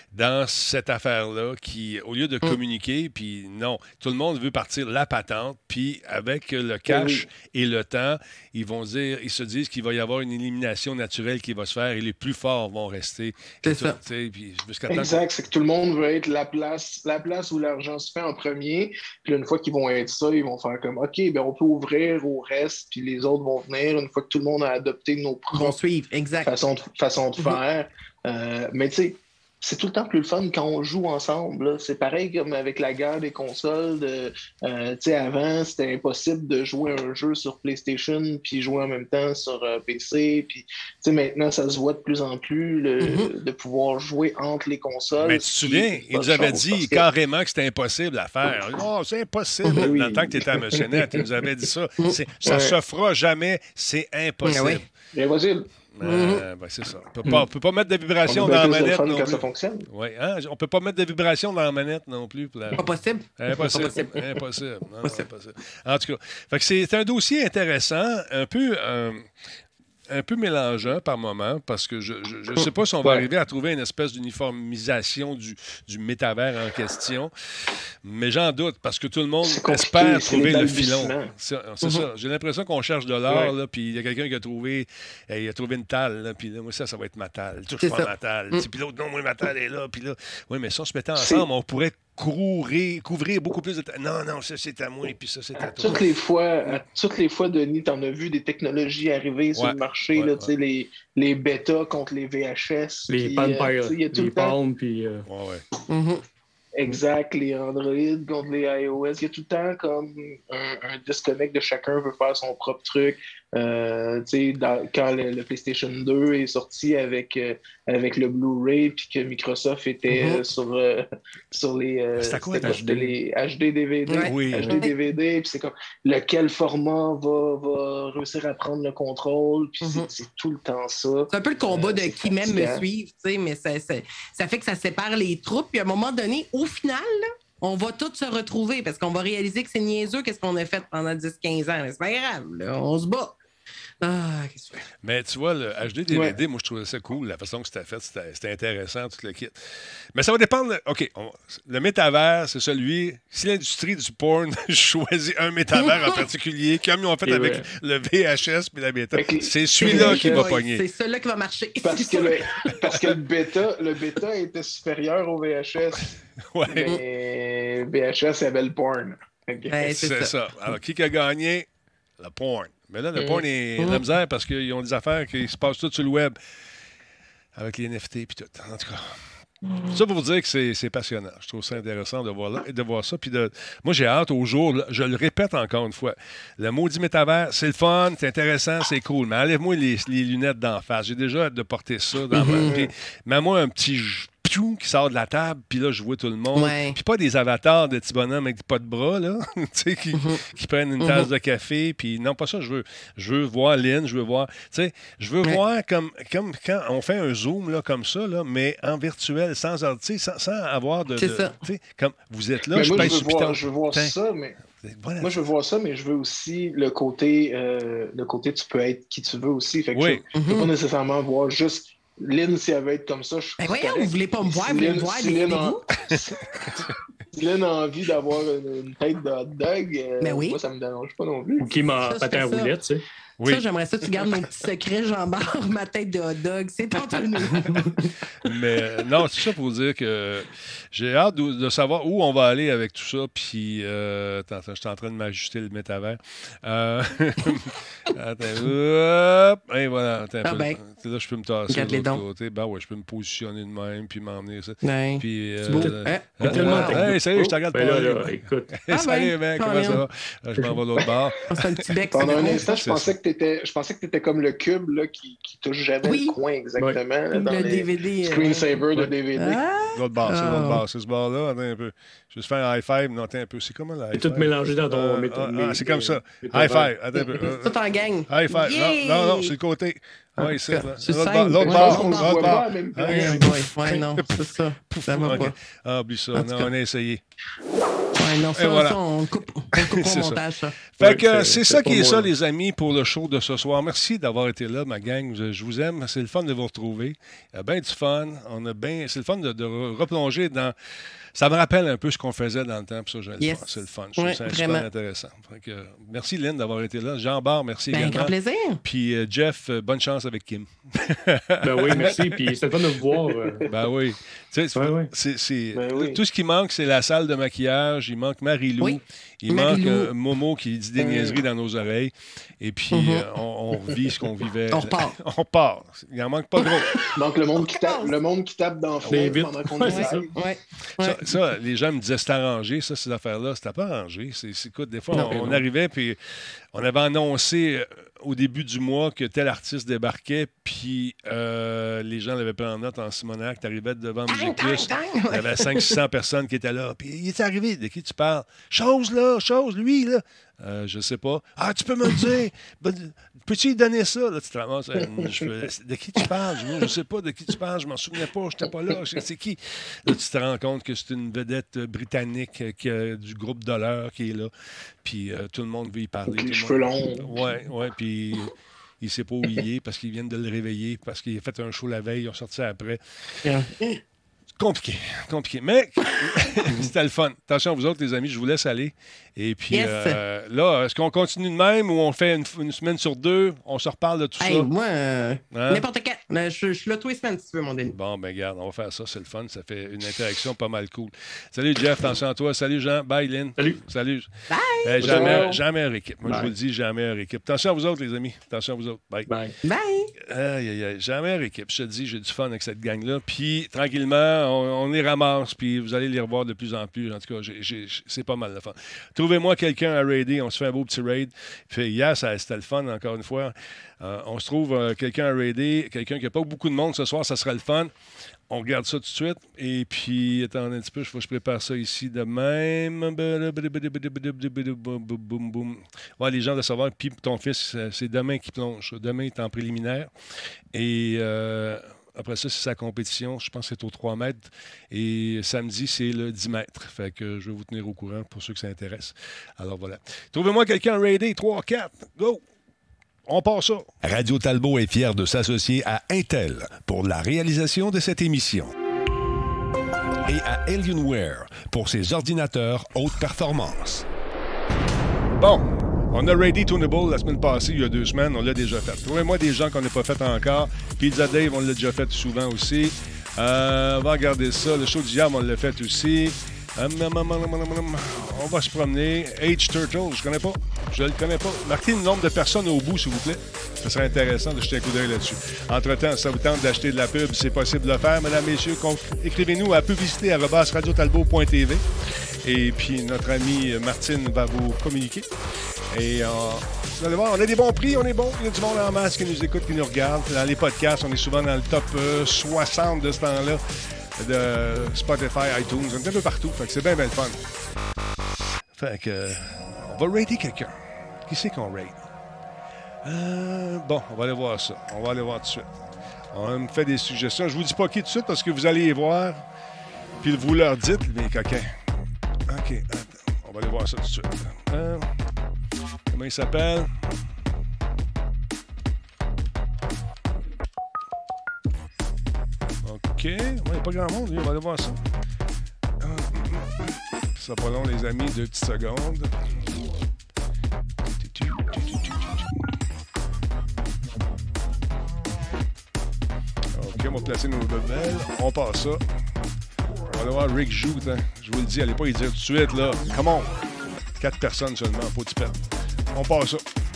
dans cette affaire-là qui, au lieu de communiquer, puis non, tout le monde veut partir la patente, puis avec le cash et le temps, ils se disent qu'il va y avoir une élimination naturelle qui va se faire et les plus forts vont rester. C'est ça. Puis exact, c'est que tout le monde veut être la place où l'argent se fait en premier, puis là, une fois qu'ils vont être ça, ils vont faire comme, OK, ben on peut ouvrir au reste, puis les autres vont venir, une fois que tout le monde a adopté nos propres façons de faire. Mais tu sais, c'est tout le temps plus le fun quand on joue ensemble. Là. C'est pareil comme avec la guerre des consoles. Tu sais, avant, c'était impossible de jouer un jeu sur PlayStation puis jouer en même temps sur PC. Puis, tu sais, maintenant, ça se voit de plus en plus de pouvoir jouer entre les consoles. Mais tu te souviens, ils nous avaient dit carrément que c'était impossible à faire. Oh, c'est impossible. Dans le temps que tu étais à Monsieur.net, ils nous avaient dit ça. Ça se fera jamais. C'est impossible. C'est impossible. C'est ça. On peut pas mettre de vibrations dans la manette non plus. Ça fonctionne. Ouais, hein? On peut pas mettre de vibrations dans la manette non plus. Pas possible. Impossible. Non, impossible. En tout cas, fait que c'est un dossier intéressant, un peu mélangeant par moment, parce que je ne sais pas si on va arriver à trouver une espèce d'uniformisation du métavers en question, mais j'en doute, parce que tout le monde espère trouver le filon. C'est ça. J'ai l'impression qu'on cherche de l'or, là, puis il y a quelqu'un qui a trouvé une talle, là, puis là, moi, ça va être ma talle. Touche pas ma talle. Puis l'autre, non, moi, ma talle est là, puis là. Oui, mais si on se mettait ensemble, on pourrait couvrir beaucoup plus de... Non, ça, c'est à moi, puis ça, c'est à toi. Toutes les fois, Denis, t'en as vu des technologies arriver sur le marché, là, les bêtas contre les VHS. Les Palm, puis... Exact, les Android contre les iOS. Il y a tout le temps comme un disconnect de chacun veut faire son propre truc. Quand le PlayStation 2 est sorti avec le Blu-ray, puis que Microsoft était sur les HD DVD. HD DVD, puis c'est comme lequel format va réussir à prendre le contrôle, puis c'est tout le temps ça. C'est un peu le combat de qui même me suivre, mais ça fait que ça sépare les troupes, puis à un moment donné, au final, là, on va tous se retrouver parce qu'on va réaliser que c'est niaiseux qu'est-ce qu'on a fait pendant 10-15 ans. Mais c'est pas grave, là, on se bat. Qu'est-ce que tu fais? Mais tu vois, le HD DVD, moi, je trouvais ça cool, la façon que c'était fait, c'était intéressant, tout le kit. Mais ça va dépendre... OK, le métavers, c'est celui... Si l'industrie du porn choisit un métavers en particulier, comme ils ont fait avec le VHS et la bêta, c'est celui-là qui va pogner. C'est celui-là qui va marcher. Parce que le bêta était supérieur au VHS. Mais VHS avait le porn. C'est ça. Alors, qui a gagné? Le porn. Mais là, le porn est de la misère parce qu'ils ont des affaires qui se passent toutes sur le web avec les NFT et tout. En tout cas, ça pour vous dire que c'est passionnant. Je trouve ça intéressant de voir ça. Puis moi, j'ai hâte au jour, je le répète encore une fois, le maudit métavers, c'est le fun, c'est intéressant, c'est cool. Mais enlève-moi les lunettes d'en face. J'ai déjà hâte de porter ça dans ma... Puis, mets-moi un petit... qui sort de la table, puis là, je vois tout le monde. Puis pas des avatars de petits bonhommes avec pas de bras, là, qui prennent une tasse de café, puis non, pas ça, je veux voir Lynn, je veux voir voir comme quand on fait un Zoom, là, comme ça, là, mais en virtuel, sans avoir de... C'est ça. Comme vous êtes là, je veux voir ça, mais... Voilà. Moi, je veux voir ça, mais je veux aussi le côté tu peux être qui tu veux aussi. Fait que je veux pas nécessairement voir juste Lynn, si elle veut être comme ça, je suis voyons, vous voulez pas me voir, vous voulez me voir, si Lynn a envie d'avoir une tête de hot dog, moi, ça me dérange pas non plus. Ou qui m'a patin à roulette, tu sais. Oui. Ça, j'aimerais ça que tu gardes mon petit secret, Jean-Bart, ma tête de hot dog. C'est entre nous. Mais non, c'est ça pour dire que j'ai hâte de savoir où on va aller avec tout ça. Puis, attends, je suis en train de m'ajuster le métavers. Et voilà. Là, je peux me tasser de l'autre côté. Ben ouais, je peux me positionner de même, puis m'emmener ça. Puis, c'est beau. Salut, je te regarde pas. Écoute. Salut, mec, comment ça va? Je m'en vais de l'autre bord. C'est un petit bec. Pendant un instant, je pensais que t'étais comme le cube là, qui touche jamais le coin exactement. Là, dans le les DVD. Screensaver de DVD. L'autre bord, c'est ce bord-là. Attends un peu. Je vais se faire un high five. Non, attends un peu. C'est comment le high five? C'est tout mélangé dans ton c'est comme ça. High five. Attends un peu. Tout en gang. High five. Non, c'est le côté. Oui, c'est l'autre bord. Ouais, non, c'est ça. Ça va pas. Oublie ça. Non, on a essayé. Ouais, non, ça, voilà. ça, on le coupe au montage. Ça. Fait que c'est ça qui est ça, les amis, pour le show de ce soir. Merci d'avoir été là, ma gang. Je vous aime. C'est le fun de vous retrouver. Il y a bien du fun. C'est le fun de replonger dans... Ça me rappelle un peu ce qu'on faisait dans le temps. Puis ça, c'est le fun. Je trouve ça super intéressant. Fait que, merci, Lynn, d'avoir été là. Jean Barre, merci également. Grand plaisir. Puis Jeff, bonne chance avec Kim. Ben oui, merci. Puis c'était le fun de vous voir. Ben oui. Tu sais, tout ce qui manque, c'est la salle de maquillage. Il manque Marie-Lou. Oui. Il manque Momo qui dit des niaiseries dans nos oreilles. Et puis, on revit ce qu'on vivait. On repart. On repart. Il n'en manque pas gros. Donc, le monde qui tape dans le front pendant qu'on est ça. Ça, les gens me disaient c'est arrangé, ça, ces affaires-là. C'était pas arrangé. Écoute, des fois, on arrivait, puis on avait annoncé au début du mois que tel artiste débarquait, puis les gens l'avaient pris en note en Simonac. Tu arrivais devant Musique Plus, il y avait 500-600 personnes qui étaient là. Puis il est arrivé, de qui tu parles? Chose, lui, là. Je sais pas. Ah, tu peux me le dire? Peux-tu lui donner ça? Là, tu te ramasses. De qui tu parles? Je sais pas de qui tu parles. Je m'en souvenais pas. Je n'étais pas là. C'est qui? Là, tu te rends compte que c'est une vedette britannique du groupe Dollar qui est là. Puis tout le monde veut y parler. Les cheveux longs. Ouais. Puis il ne sait pas où il est parce qu'ils viennent de le réveiller, parce qu'il a fait un show la veille. Ils ont sorti après. Compliqué. Mais c'était le fun. Attention à vous autres, les amis, je vous laisse aller. Et puis là, est-ce qu'on continue de même ou on fait une semaine sur deux? On se reparle de tout ça? Moi, n'importe quand. Je suis là tous les semaines, si tu veux, mon Denis. Bon, ben garde, on va faire ça. C'est le fun. Ça fait une interaction pas mal cool. Salut, Jeff. Attention à toi. Salut, Jean. Bye, Lynn. Salut. Bye. J'ai la meilleure équipe. Moi, je vous le dis, j'ai la meilleure équipe. Attention à vous autres, les amis. Attention à vous autres. Bye. J'ai la meilleure équipe. Je te dis, j'ai du fun avec cette gang-là. Puis, tranquillement, on les ramasse, puis vous allez les revoir de plus en plus. En tout cas, c'est pas mal le fun. Trouvez-moi quelqu'un à raider. On se fait un beau petit raid. Puis hier, c'était le fun, encore une fois. On se trouve quelqu'un à raider, quelqu'un qui n'a pas beaucoup de monde ce soir, ça sera le fun. On regarde ça tout de suite. Et puis, attendez un petit peu, il faut que je prépare ça ici de même. Ouais, les gens de savoir, puis ton fils, c'est demain qu'il plonge. Demain, il est en préliminaire. Et... après ça, c'est sa compétition. Je pense que c'est aux 3 mètres. Et samedi, c'est le 10 mètres. Fait que je vais vous tenir au courant pour ceux que ça intéresse. Alors voilà. Trouvez-moi quelqu'un à raider. 3, 4. Go! On part ça. Radio Talbot est fier de s'associer à Intel pour la réalisation de cette émission. Et à Alienware pour ses ordinateurs haute performance. Bon. On a Ready Tunable la semaine passée, il y a 2 semaines. On l'a déjà fait. Trouvez-moi des gens qu'on n'a pas fait encore. Pizza Dave, on l'a déjà fait souvent aussi. On va regarder ça. Le show d'hier, on l'a fait aussi. On va se promener. H-Turtle, je connais pas. Je le connais pas. Marquez le nombre de personnes au bout, s'il vous plaît. Ça serait intéressant de jeter un coup d'œil là-dessus. Entre-temps, si ça vous tente d'acheter de la pub, c'est possible de le faire. Mesdames, messieurs, écrivez-nous à publicité@radiotalbot.tv. Et puis, notre amie Martine va vous communiquer. Et vous allez voir, on a des bons prix, on est bon. Il y a du monde en masse qui nous écoute, qui nous regarde. Dans les podcasts, on est souvent dans le top 60 de ce temps-là, de Spotify, iTunes. On est un peu partout. Fait que c'est bien, bien le fun. Fait que, on va rater quelqu'un. Qui c'est qu'on rate? Bon, on va aller voir ça. On va aller voir tout de suite. On me fait des suggestions. Je vous dis pas qui tout de suite parce que vous allez y voir. Puis vous leur dites, mes coquins. OK, attends. On va aller voir ça tout de suite. Comment il s'appelle? OK. Il n'y a pas grand monde, lui. On va aller voir ça. Ça sera pas long, les amis. 2 petites secondes. OK, on va placer nos bebelles. On passe ça. On va aller voir Rick Joute. Hein. Je vous le dis, allez pas y dire tout de suite, là. Come on! 4 personnes seulement, pas de pète. On passe ça.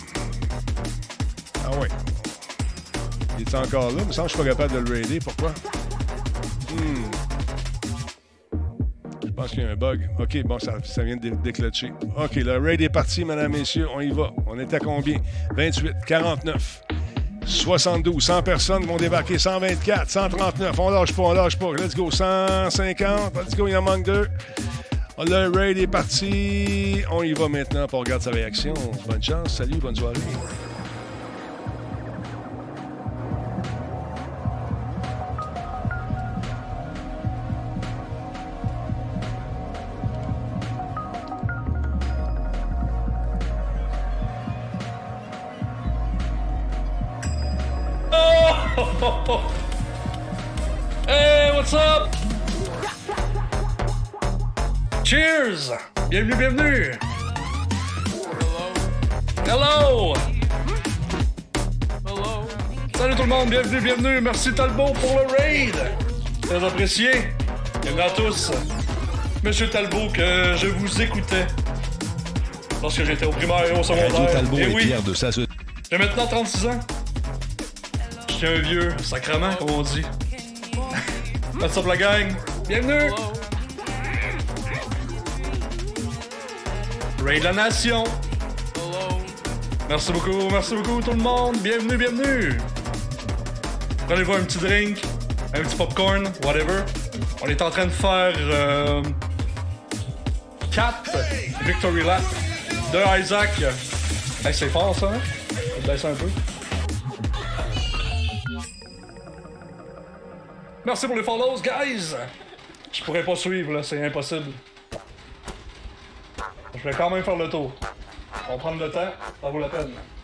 Ah ouais. Il est encore là? Il me semble que je suis pas capable de le raider. Pourquoi? Je pense qu'il y a un bug. OK, bon, ça vient de déclencher. OK, le raid est parti, mesdames, messieurs. On y va. On est à combien? 28, 49, 72. 100 personnes vont débarquer. 124, 139. On lâche pas. Let's go. 150. Let's go, il en manque 2. Le raid est parti. On y va maintenant pour regarder sa réaction. Bonne chance. Salut, bonne soirée. Hey, what's up? Cheers! Bienvenue! Hello! Salut tout le monde, bienvenue! Merci Talbot pour le raid! Très apprécié! Bienvenue à tous! Monsieur Talbot, que je vous écoutais lorsque j'étais au primaire et au secondaire. Radio Talbot et est oui, fier de ça. j'ai maintenant 36 ans. Je suis un vieux sacrement, comme on dit. What's up la gang? Bienvenue! Raid la nation! Merci beaucoup tout le monde! Bienvenue! Prenez-vous un petit drink, un petit popcorn, whatever. On est en train de faire 4 Victory Lap de Isaac. Hey, c'est fort ça, hein? Je vais baisser un peu. Merci pour les follows, guys! Je pourrais pas suivre, là, c'est impossible. Je vais quand même faire le tour. On va prendre le temps, ça vaut la peine.